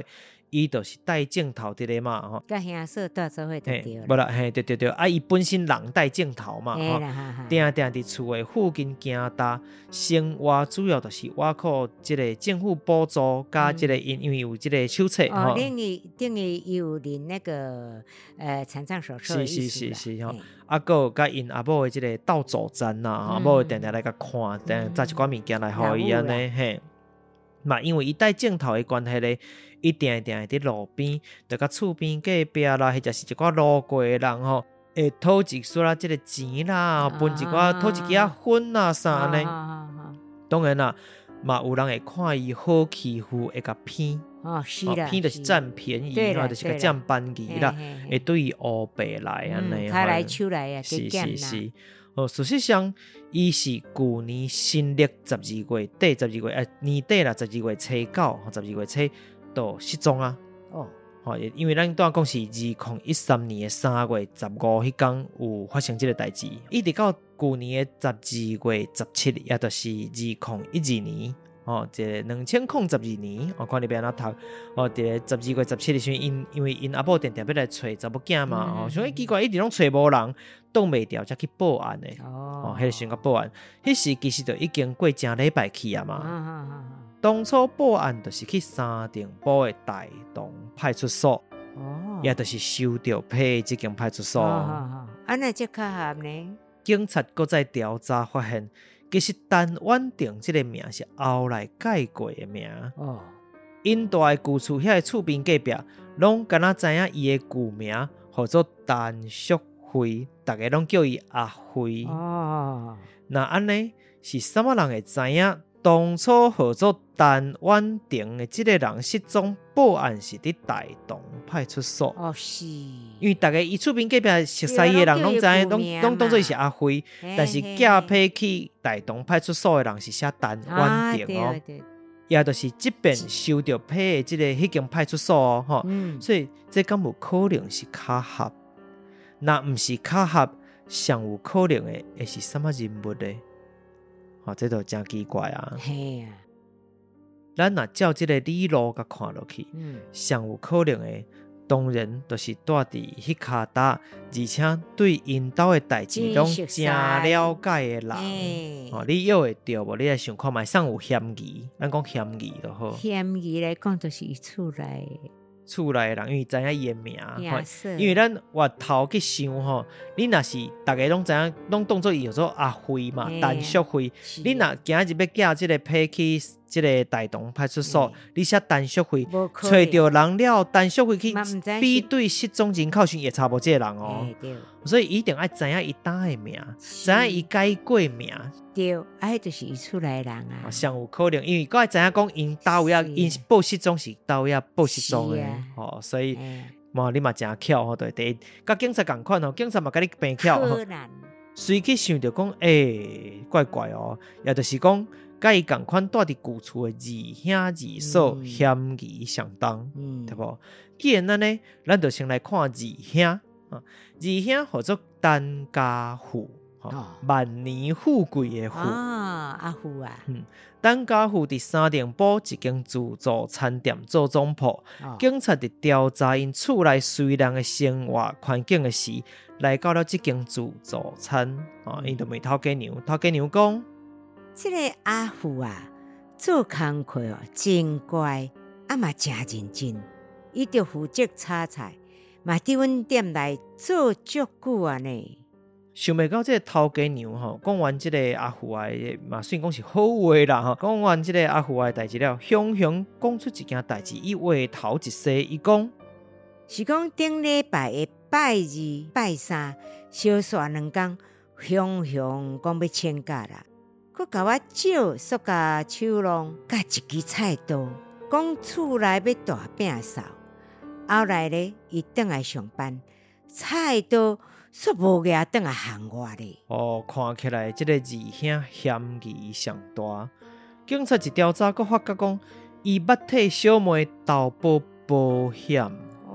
Speaker 1: 伊就是戴镜头伫咧嘛吼，
Speaker 2: 甲兄嫂住做伙就对
Speaker 1: 无
Speaker 2: 啦，
Speaker 1: 啦嘿对啊伊本身人戴镜头嘛吼，定定伫厝诶附近行搭生活主要就是我靠即个政府补助甲即个因为有即个手册
Speaker 2: 吼，等于有领那个残障手册的意思啦，
Speaker 1: 是吼，啊还有甲因阿某诶即个斗助站呐，阿某定定来甲看，定载一寡物件来互伊安尼嘿。嘛，因为伊戴镜头的关系咧，伊定会伫路边，就甲厝边隔壁啦，或者是一寡路过的人吼，会讨一撮啦，即个钱啦，分一寡讨一支啊粉啊啥呢？当然啦，嘛有人会看伊好欺负，会甲骗。
Speaker 2: 是啦，
Speaker 1: 骗就是占便宜，就是甲占便宜啦，会对伊乌白来安尼。
Speaker 2: 开来手来啊，
Speaker 1: 是。事实上，伊是旧年新历12月底12月年底啦，12月初9、12月初就失踪啊。因为咱拄仔讲是2013年的3月15迄天有发生即个代志，一直到旧年的12月17日，也就是2012年。即个2012年，我看你要安怎读。伫个12月17日时，因为因阿母定定要来找查某囝嘛，所以奇怪一直拢找无人，挡袂掉才去报案的。迄个时阵报案，迄时其实就已经过正礼拜去啊嘛。当初报案就是去三重埔的大同派出所，也就是收到批这间派出所。
Speaker 2: 安那才较合呢？
Speaker 1: 警察搁再调查发现。其实陈婉婷这个名是后来改过的名。因住的旧厝遐个厝边隔壁，拢敢若知影伊的旧名，叫做陈淑慧，大家拢叫伊阿慧。那安尼是什么人会知影？当初叫做陈婉婷的这个人失踪报案是伫大同派出所。
Speaker 2: 是。
Speaker 1: 因为大家伊厝边隔壁熟悉伊的人拢知影，拢当做伊是阿辉，但是寄批去大同派出所的人是写陈婉婷也就是即边收到批的即个迄间派出所所以这敢有可能是巧合？那毋是巧合，上有可能的会是什么人物呢？这就真奇怪啊！咱若照即个理路甲看落去，上有可能的。当然，就是住伫迄骹搭，而且对因兜的代志拢真了解的人。你又会着无？你来想看卖，上有嫌疑，咱讲嫌疑就好。
Speaker 2: 嫌疑来讲，就是伊厝内
Speaker 1: 的人，因为知影伊的名，因为咱回头去想吼，你若是大家拢知影，拢当做伊叫做阿辉嘛，陈淑慧。你若今日要寄即个批去即个大同派出所，你写陈淑慧，找到人了，陈淑慧去比对失踪人口时也查无这个人所以一定要知影伊搭的名，知影伊改过名。
Speaker 2: 对，迄就是伊厝内人啊。
Speaker 1: 上有可能，因为我知影讲因兜位因报失踪是兜位报失踪的所以你嘛真巧对，第一，甲警察共款警察嘛甲你变巧随去想着讲怪怪也就是讲。甲伊共款住伫旧厝的二兄二嫂嫌疑相当，对无？既然安尼，咱就先来看二兄。二兄叫做陈家富，万年富贵的富。
Speaker 2: 阿富啊。
Speaker 1: 陈家富伫三重埔一间自助餐店做总铺，警察伫调查因厝内随人的生活环境的时，来到了这间自助餐。因就问头家娘讲。
Speaker 2: 这个阿富啊，做工课真乖，嘛真认真。伊就负责炒菜，嘛伫阮店内做足久啊呢。
Speaker 1: 想袂到这个头家娘讲完这个阿富嘛，虽然讲是好话啦讲完这个阿富的代志了，雄雄讲出一件代志，伊话头一说，伊讲
Speaker 2: 是讲顶礼拜的拜二、拜三，小煞2天，雄雄讲要请假啦。佮甲我借塑胶手笼，甲一支菜刀，讲厝内要大摒扫。后来咧，伊转来上班，菜刀煞无牙转来喊我咧。
Speaker 1: 看起来这个二兄嫌疑上大。警察一调查，佮发觉讲，伊捌替小妹投保保险。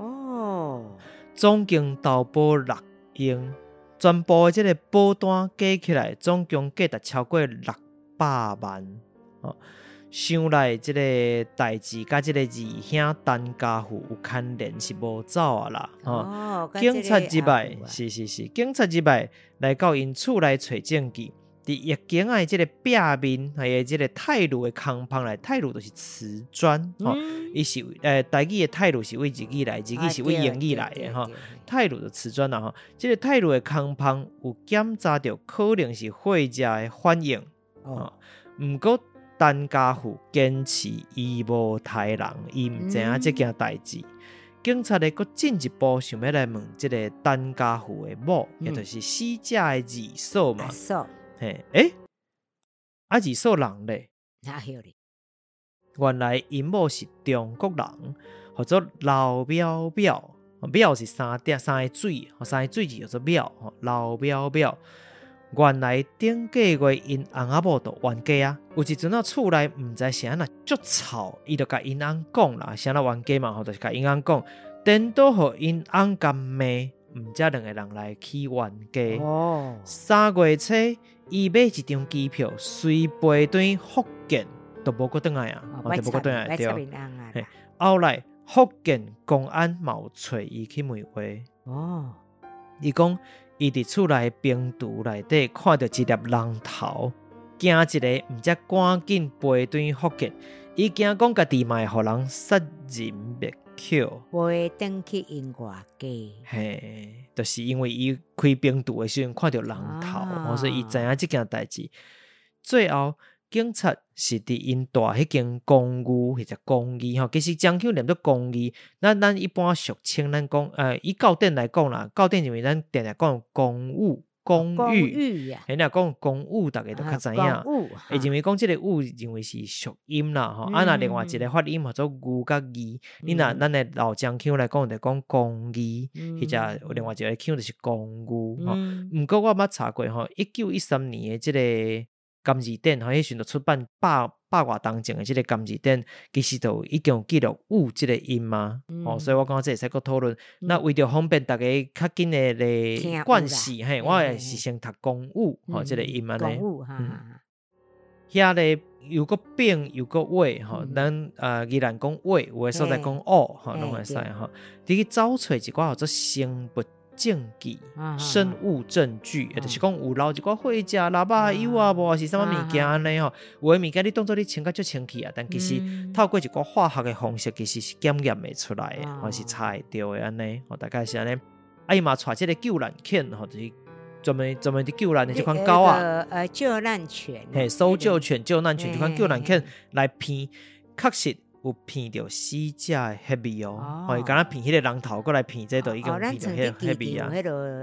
Speaker 1: 总共投保6亿。全部的这个保单加起来，总共价值超过600万。 想来即个代志甲即个二兄陈家富有牵连是无走啊啦。警察入来，是，警察入来到因厝内找证据。伫疫情的即个壁面，还有即个泰鲁的空棚内，泰鲁就是瓷砖，伊是台语的泰鲁是为日语来，日语是为英语来的哈。泰鲁的瓷砖啦哈，即个泰鲁的空棚有检查到可能是火者的反应，毋过陈家富坚持伊无杀人，伊毋知影即件代志。警察咧，佫进一步想要来问即个陈家富的某，也就是死者的二嫂嘛。二嫂人咧？
Speaker 2: 哪有咧？
Speaker 1: 原来因某是中国人，或者老表表，表是三个水，三个水字叫做表，老表表。原来顶个月因翁仔某就冤家啊，有一阵厝内毋知啥那足吵，伊就甲因翁讲啦，啥那冤家嘛，就是甲因翁讲，颠倒互因翁甲骂，才两个人来起冤家。3月初。伊买一张机票，随飞转福建，都无过转来啊！就无过转来对。后来福建公安嘛有找伊去问话。伊讲伊伫厝内冰橱内底看到一粒人头，惊一个，毋则赶紧飞转福建。伊惊讲家己嘛会互人杀人灭口，
Speaker 2: 飞转去因外家。
Speaker 1: 就是因为伊开冰橱的时候看到人头，所以伊知影这件代志。最后警察是伫因住迄间公寓，或者公寓其实漳口念做公寓，咱一般俗称咱讲以教典来讲啦，教典认为咱定定讲公寓。公寓啊，若讲公寓，大家都较知影。会认为讲即个寓认为是属音啦，若另外一个发音叫做牛甲字，你若咱的老漳口来讲，就讲公寓，或者另外一个口就是公寓。毋过我捌查过1913年的即个甘字典，迄时就出版百外当前的即个甘字典，其实就已经有记录有即个音嘛。所以我感觉这会使搁讨论。那为着方便大家较紧的咧惯势，我也是先读公寓即个音安尼。遐咧又搁丙又搁尾咱宜兰讲尾，有的所在讲乌拢会使你去找找一寡叫做生物证据、生物证据，就是讲有留一寡火食、喇叭油啊，无是啥物物件安尼有的物件你当作你清甲足清气啊，但其实透过一寡化学的方式，其实是检验袂出来的，或是查会到的安尼。大概是安尼。伊嘛带即个救难犬，就是专门伫救难的这款狗啊，
Speaker 2: 救难犬，
Speaker 1: 搜救犬、救难犬这款救难犬来骗，确实。有骗到死者的迄味伊敢若骗迄个人头过来骗，这都已经骗到迄味啊。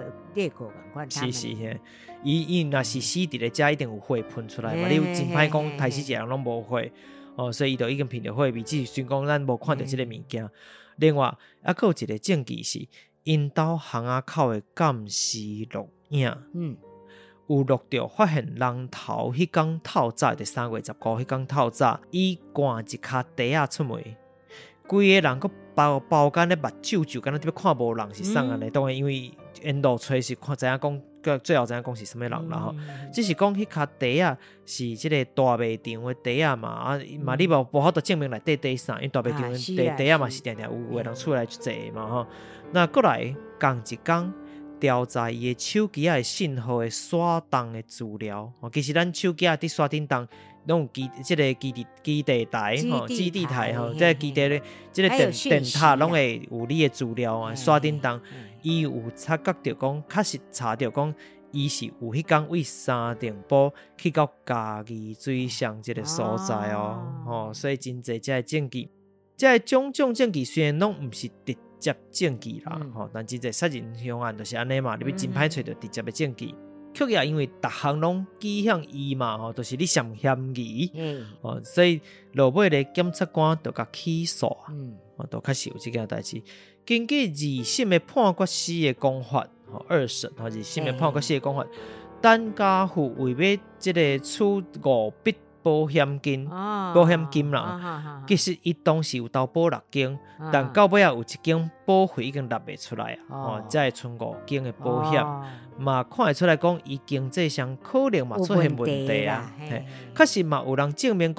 Speaker 1: 是，伊若是死伫咧遮，一定有血喷出来嘛。你有真歹讲，杀死一个人拢无血，所以伊就已经骗到血味。只是虽讲咱无看到即个物件。另外，还有一个证据是因兜巷仔口的监视录影。有录到发现人头迄天透早，伫3月19迄天透早，伊灌一卡袋仔出门，规个人佫包干咧目睭，就敢若要看无人是啥安尼。当然，因为因路吹是看知影讲，最后知影讲是啥物人啦只是讲迄卡袋仔是即个大卖场的袋仔嘛，你无法度证明内底啥，因为大卖场的袋仔嘛是定定有个人出来去坐嘛那过来共一天。调查伊的手机的信号的刷动的资料，其实咱手机伫刷顶动，拢有即个基地台基地台即个基地咧，即个电塔拢会有你的资料啊。刷顶动，伊有察觉到讲，确实查到讲，伊是有迄天为三重埔去到嘉义水上即个所在所以真侪遮证据，遮种种证据虽然拢毋是直接证据啦，但真侪杀人凶案就是安尼嘛，你要真歹找到直接的证据。却也因为逐项拢指向伊嘛，就是你上嫌疑，所以落尾咧检察官就甲起诉都确实有这件代志。根据二审的判决书的讲法，2审二审的判决书的讲法，陈家富为要即个处5笔保险金啦，其实伊当时有投保6间，但到尾有一间保费已经纳袂出来才会剩5间的保险，嘛看会出来讲伊经济上可能嘛出现问题啊。确实嘛有人证明讲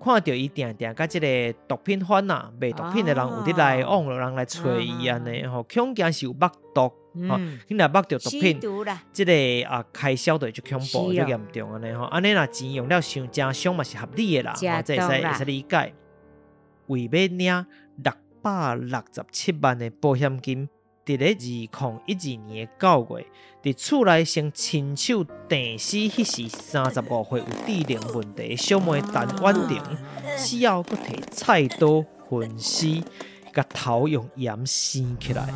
Speaker 1: 看到伊定定甲即个毒品贩啊，卖毒品的人有伫来往，人来找伊安尼吼，恐惊是有目毒。你若目着毒品，即个开销就恐怖，就严重安尼吼。安尼若钱用了真伤嘛是合理的啦，这会使理解。为要领667万的保险金，伫咧2012年的9月，伫厝内先亲手电死迄时35岁有智能问题的小妹陈婉婷，死后佫摕菜刀分尸，甲头用盐生起来。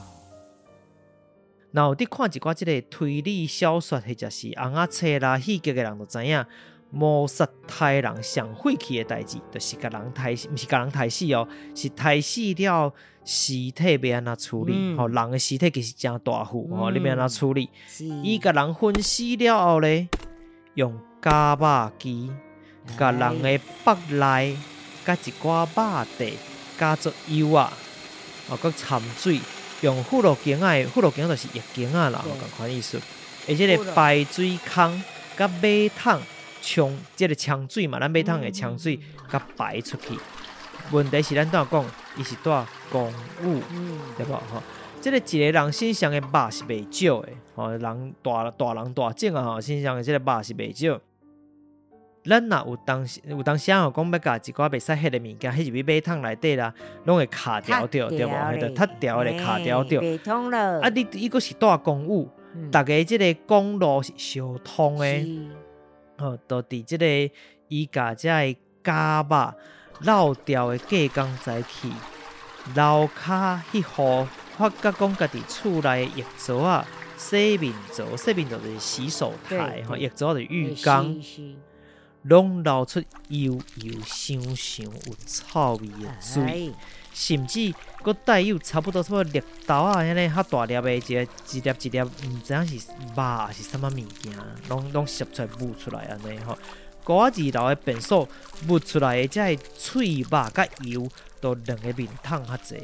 Speaker 1: 然后伫看一寡即个推理小说或者是红仔册啦、戏剧的人就知影，谋杀害人上晦气的代志，就是甲人杀，毋是甲人杀死哦，是杀死了尸体要安怎处理？人的尸体其实真大副你要安怎处理？伊甲人分尸了后咧，用假肉机，甲人的腹内甲一寡肉块加做油啊，佮掺水。用富罗精就是液精啦，共款意思。而且个排水孔甲马桶冲，即个呛水嘛，咱马桶的呛水甲排出去。问题是咱怎讲？伊是带公务，对无吼？即个一个人身上的肉是袂少的，人大人大种啊，身上的即个肉是袂少。咱若有当时讲要甲一寡袂使迄个物件，迄入去马桶内底啦，拢会卡掉对无？迄个塌掉的卡掉掉。伊佫是带公务，大家即个公路是相通的，都伫即个伊甲即个假肉漏掉的隔工早起，楼骹迄户发觉讲家己厝内的浴槽啊，洗面槽就是洗手台，浴槽就是浴缸。拢流出油香有臭味的水，甚至佫带有差不多绿豆啊，安尼较大粒的一粒，毋知影是肉还是啥物物件，拢摄出来抹出来安尼吼。高2楼的便所抹出来的这脆肉甲油，都2个面桶较济。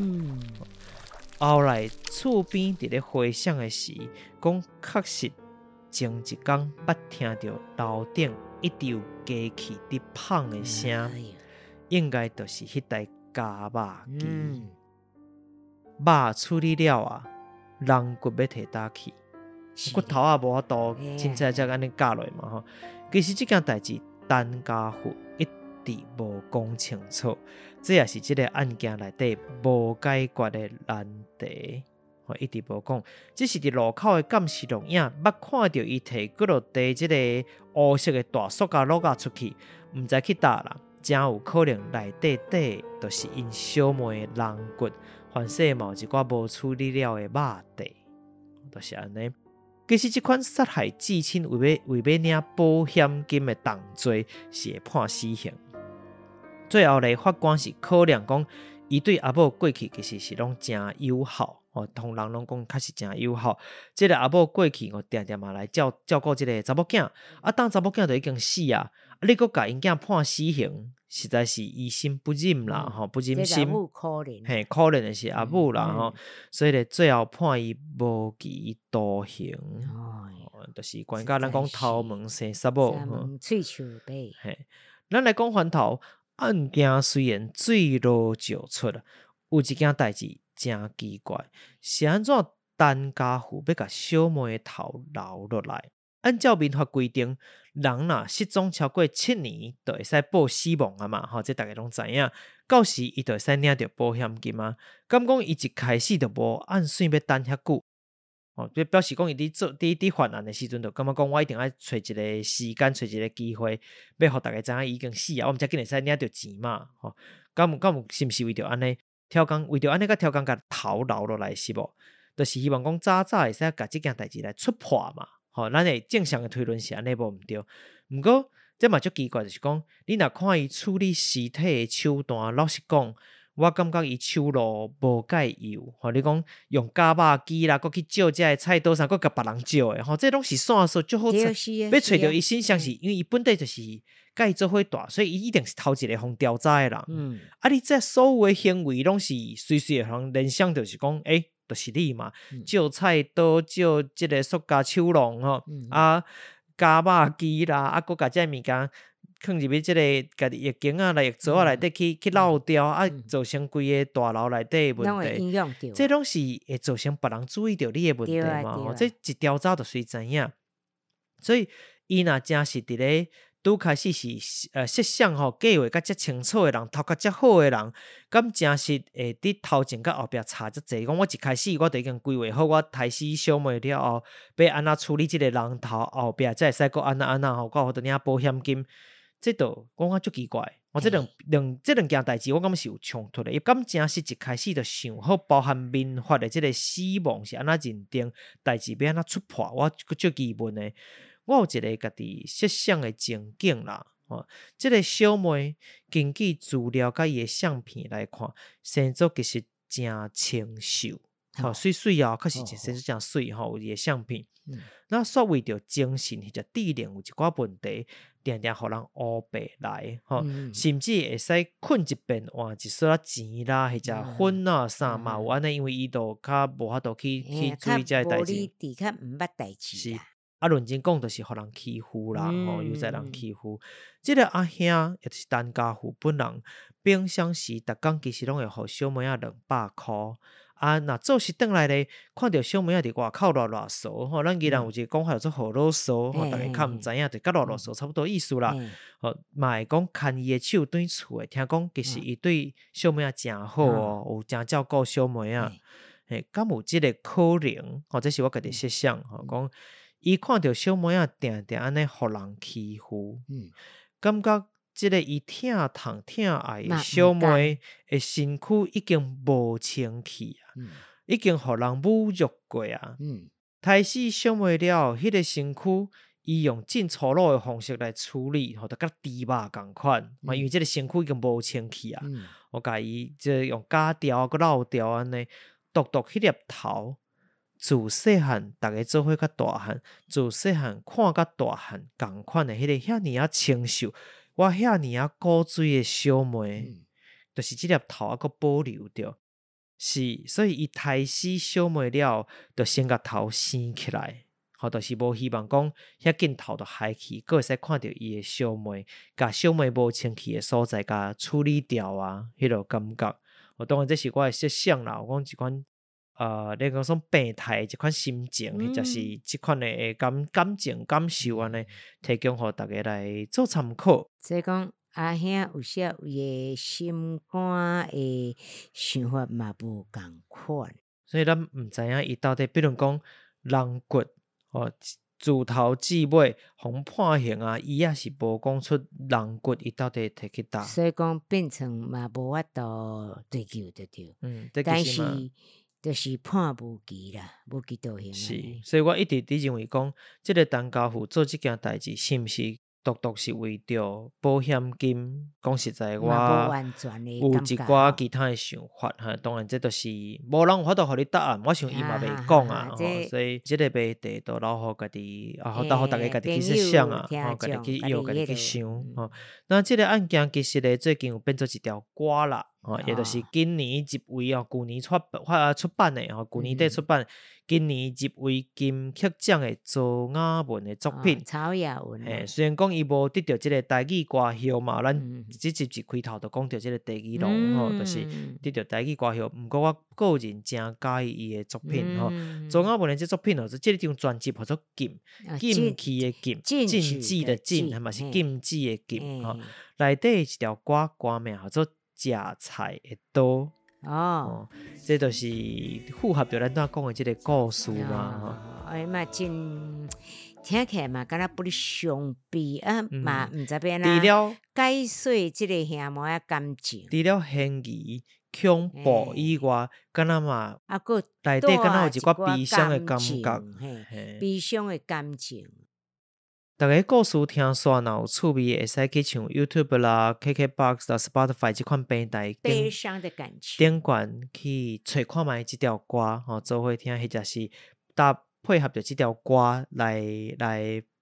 Speaker 1: 后来厝边伫咧回想的时，讲确实前一天捌听到楼顶一直有机器伫放的声，应该就是迄台假肉机。肉处理了啊，人骨要摕倒去，骨头啊无法度，凊彩才安尼夹落嘛吼。其实这件代志，陈家富一直无讲清楚，这也是这个案件内底无解决的难题。一直无讲，只是伫路口的监视录影，捌看到伊摕几落地即个乌色的大塑胶落出去，毋知去倒啦，真有可能内底就是因小妹的人骨，反正嘛有一寡无处理了的肉块，就是安尼。其实这款杀害至亲为要领保险金的动罪是会判死刑。最后咧，法官是考量讲，伊对阿某过去其实是拢真友好。同人拢讲确实真友好，即个阿某过去定定嘛来照顾即个查某囝，当查某囝就已经死啊，你佫甲因囝判死刑，实在是于心不忍啦，不忍心。嘿，可怜的是阿母啦，所以咧最后判伊无期徒刑，就是关于咱讲头毛生杀某，嘿，咱来讲翻头，案件虽然水落石出，有一件代志。真奇怪，是安怎陈家富要甲小妹的头留落来？按照民法规定，人若失踪超过7年，就会使报死亡啊嘛，这大家拢知影。到时伊就会使领到保险金啊。敢讲伊一开始就无按算要等遐久，就表示讲伊伫犯案的时阵，就感觉讲我一定要找一个时间，找一个机会，要互大家知影伊已经死啊，我毋才紧会使领到钱嘛。敢有是毋是为着安尼？为着安尼甲挑工甲头留落来是无？就是希望讲早会使甲即件代志来出破嘛。咱的正常的推论是安尼无毋对。毋过这嘛足奇怪，就是讲你若看伊处理尸体的手段，老实讲，我感觉伊手路无介油。你讲用假肉机啦，佮去照遮的菜刀上，佮甲别人照的，这拢是线索足好找。要找着伊身上是，因为伊本地就是。甲伊做伙大，所以伊一定是头一个互调查的人。你这所有的行为拢是随会互联想，就是讲，就是你嘛，照菜刀，照即个塑胶手笼假肉机啦，佮甲这物件放入去即个家己液经啊、液槽啊内底去漏掉啊，造成规个大楼内底的问题，这拢是会造成别人注意到你的问题嘛？这一调查就随知影，所以伊若真是伫咧拄开始是设想吼计划甲遮清楚的人，头壳遮好的人，敢真实会伫头前甲后壁差遮济。讲我一开始我就已经规划好，我开始小妹了后，要安怎处理即个人头后壁，才会使搁安怎吼，搁互着领保险金。这都讲啊足奇怪，我这两件代志，我感觉是有冲突的。伊敢真实一开始就想好，包含民法的即个死亡是安怎认定，代志要安怎出破，我足疑问的。我有一个家己设想的情景啦，即个小妹根据资料甲伊的相片来看，生做其实真清秀，水水啊，确实生做真水吼，有伊的相片。那煞为着精神或者智能有一寡问题，定定互人乌白来，甚至会使困一遍换一撮钱啦，或者粉啊啥嘛有安尼，因为伊都较无法度去注意这代志，
Speaker 2: 较毋捌代志啦。
Speaker 1: 啊，认真讲，就是互人欺负啦，又在人欺负。即个阿兄也是陈家富本人，平常时逐工其实拢会互小妹仔200箍。啊，若做事转来咧，看到小妹仔伫外口乱骚吼，咱宜兰有一个讲法叫做好啰嗦吼，大家较毋知影，就甲乱骚差不多意思啦。嘛会讲牵伊的手转厝诶，听讲其实伊对小妹仔真好哦，有真照顾小妹仔。敢有即个可能？这是我家己设想吼，讲伊看到小妹仔定定安尼互人欺负，感觉即个伊疼痛疼爱的小妹的身躯已经无清气啊，已经互人侮辱过啊。开始小妹了，迄个身躯伊用真粗鲁的方式来处理，吼，就甲猪肉共款。因为即个身躯已经无清气啊，我甲伊即用假条个漏条安尼，独迄粒头。自细汉，大家做伙甲大汉，自细汉看甲大汉共款的迄个遐尼啊清秀，我遐尼啊古锥的小妹，就是即粒头啊个保留着，是，所以伊开始小妹了，就先甲头生起来，就是无希望讲遐紧头就害去，佫会使看到伊的小妹，甲小妹无清气的所在，甲处理掉啊，迄落感觉。当然这是我的设想啦，有讲一款。你讲说病态一款心情，或者是即款的感情感受安尼，提供互大家来做参考。
Speaker 2: 所以讲阿兄有时有伊的心肝的想法嘛无共款，
Speaker 1: 所以咱毋知影伊到底，比如讲人骨自头至尾互判刑啊，伊也是无讲出人骨伊到底摕去倒，
Speaker 2: 所以讲变成嘛无法度追究着对。但是就是判无期啦，无期徒刑。
Speaker 1: 是，所以我一直认为讲，即个陈家富做即件代志，是毋是独是为着保险金？讲实在，我有一寡其他的想法哈。当然，这都是无人有法度互你答案。我想伊嘛袂讲啊，所以即个问题都留互家己啊，留互大家家己去设想啊，家己去摇，家己去想。那即个案件其实咧，最近有变做一条歌啦。也就是今年入围旧年出版的旧年底出版，今年入围金曲奖的曹雅文的作品。
Speaker 2: 曹雅文。
Speaker 1: 虽然讲伊无得到即个台语歌后嘛，咱即集一开头就讲到即个第二龙就是得到台语歌后。毋过我个人真介意伊的作品曹雅文的即作品即张专辑叫做禁忌的禁，禁止的禁，还嘛是禁止的禁内底一条歌名叫做。食菜的刀这就是符合着咱怎讲的这个故事嘛。
Speaker 2: 哎嘛，真听起来嘛，敢若不哩伤悲啊嘛，毋知要安怎解释这个兄妹的感情。
Speaker 1: 除了嫌疑、恐怖以外，敢若嘛，内底敢若有一寡悲伤的感觉，
Speaker 2: 悲伤的感情。
Speaker 1: 大家故事听煞若有趣味，会使去像 YouTube 啦、KKBOX 啦、Spotify 这款平台
Speaker 2: 悲伤的感情
Speaker 1: 点关去找看卖这条歌做伙听，或者是配合着这条歌来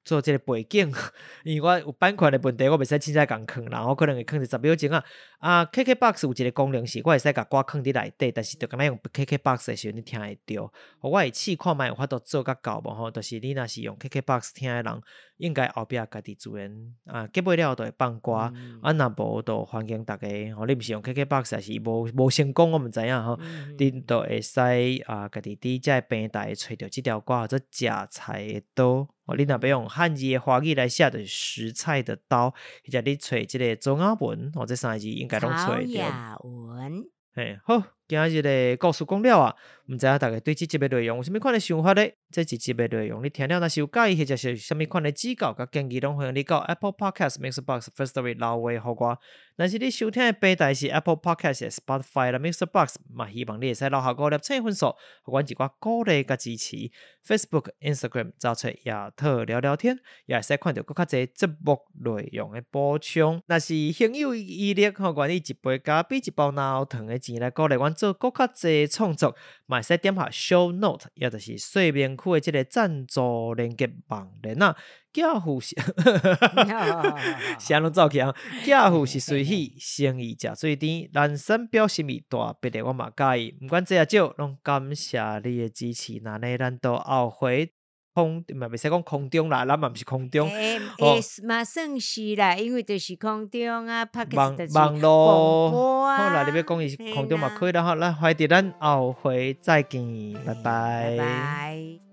Speaker 1: 做这个背景，因为我有版权的问题，我袂使凊彩共放啦，我可能会放10秒钟啊。KKBOX 有一个功能是，我会使甲歌放伫内底，但是就敢若用 KKBOX 的时候你听会到。我会试看卖有法度做甲到无吼，就是你若是用 KKBOX 听的人，应该后壁家己自然结尾了就会放歌，若无就欢迎大家吼，你毋是用 KKBOX 还是无成功，我毋知影吼，你就会使家己伫遮平台找着即条歌或者食菜的刀。你若要用汉字的华语来写，就是食菜的刀，或者你找即个周雅文，这3个字应该拢找得到。
Speaker 2: 曹雅文，
Speaker 1: 好，今日的故事讲了啊，毋知影大家对即集的内容有啥物款的想法呢？这一集的内容你听了若是有介意，或者是有啥物款的指教甲建议，拢欢迎你到 Apple Podcast、Mixbox、Firstory 留话互我。若是你收听的平台是 Apple Podcast、Spotify 啦、Mixbox，嘛希望你会使留下5粒星分数，互阮一寡鼓励甲支持。Facebook、Instagram 找出亚特聊聊天，也会使看到更较侪节目内容的补充。若是兄友意力，愿意一杯咖啡、一包脑糖的钱来鼓励阮做更较侪创作，嘛会使点下 Show Note， 也就是说明区的即个赞助连结网链啊。家父是啥拢走起啊！家父是随喜，生意食水甜，人生表心意大，别的我嘛介意。毋管这少，拢感谢你的支持。那呢，咱到后回嘛袂使讲空中啦，咱嘛毋是空中，
Speaker 2: 嘛算是啦，因为就是空中啊，
Speaker 1: 网络好啦，你要讲伊是空中嘛可以啦，好，咱欢迎咱后回再见，拜拜。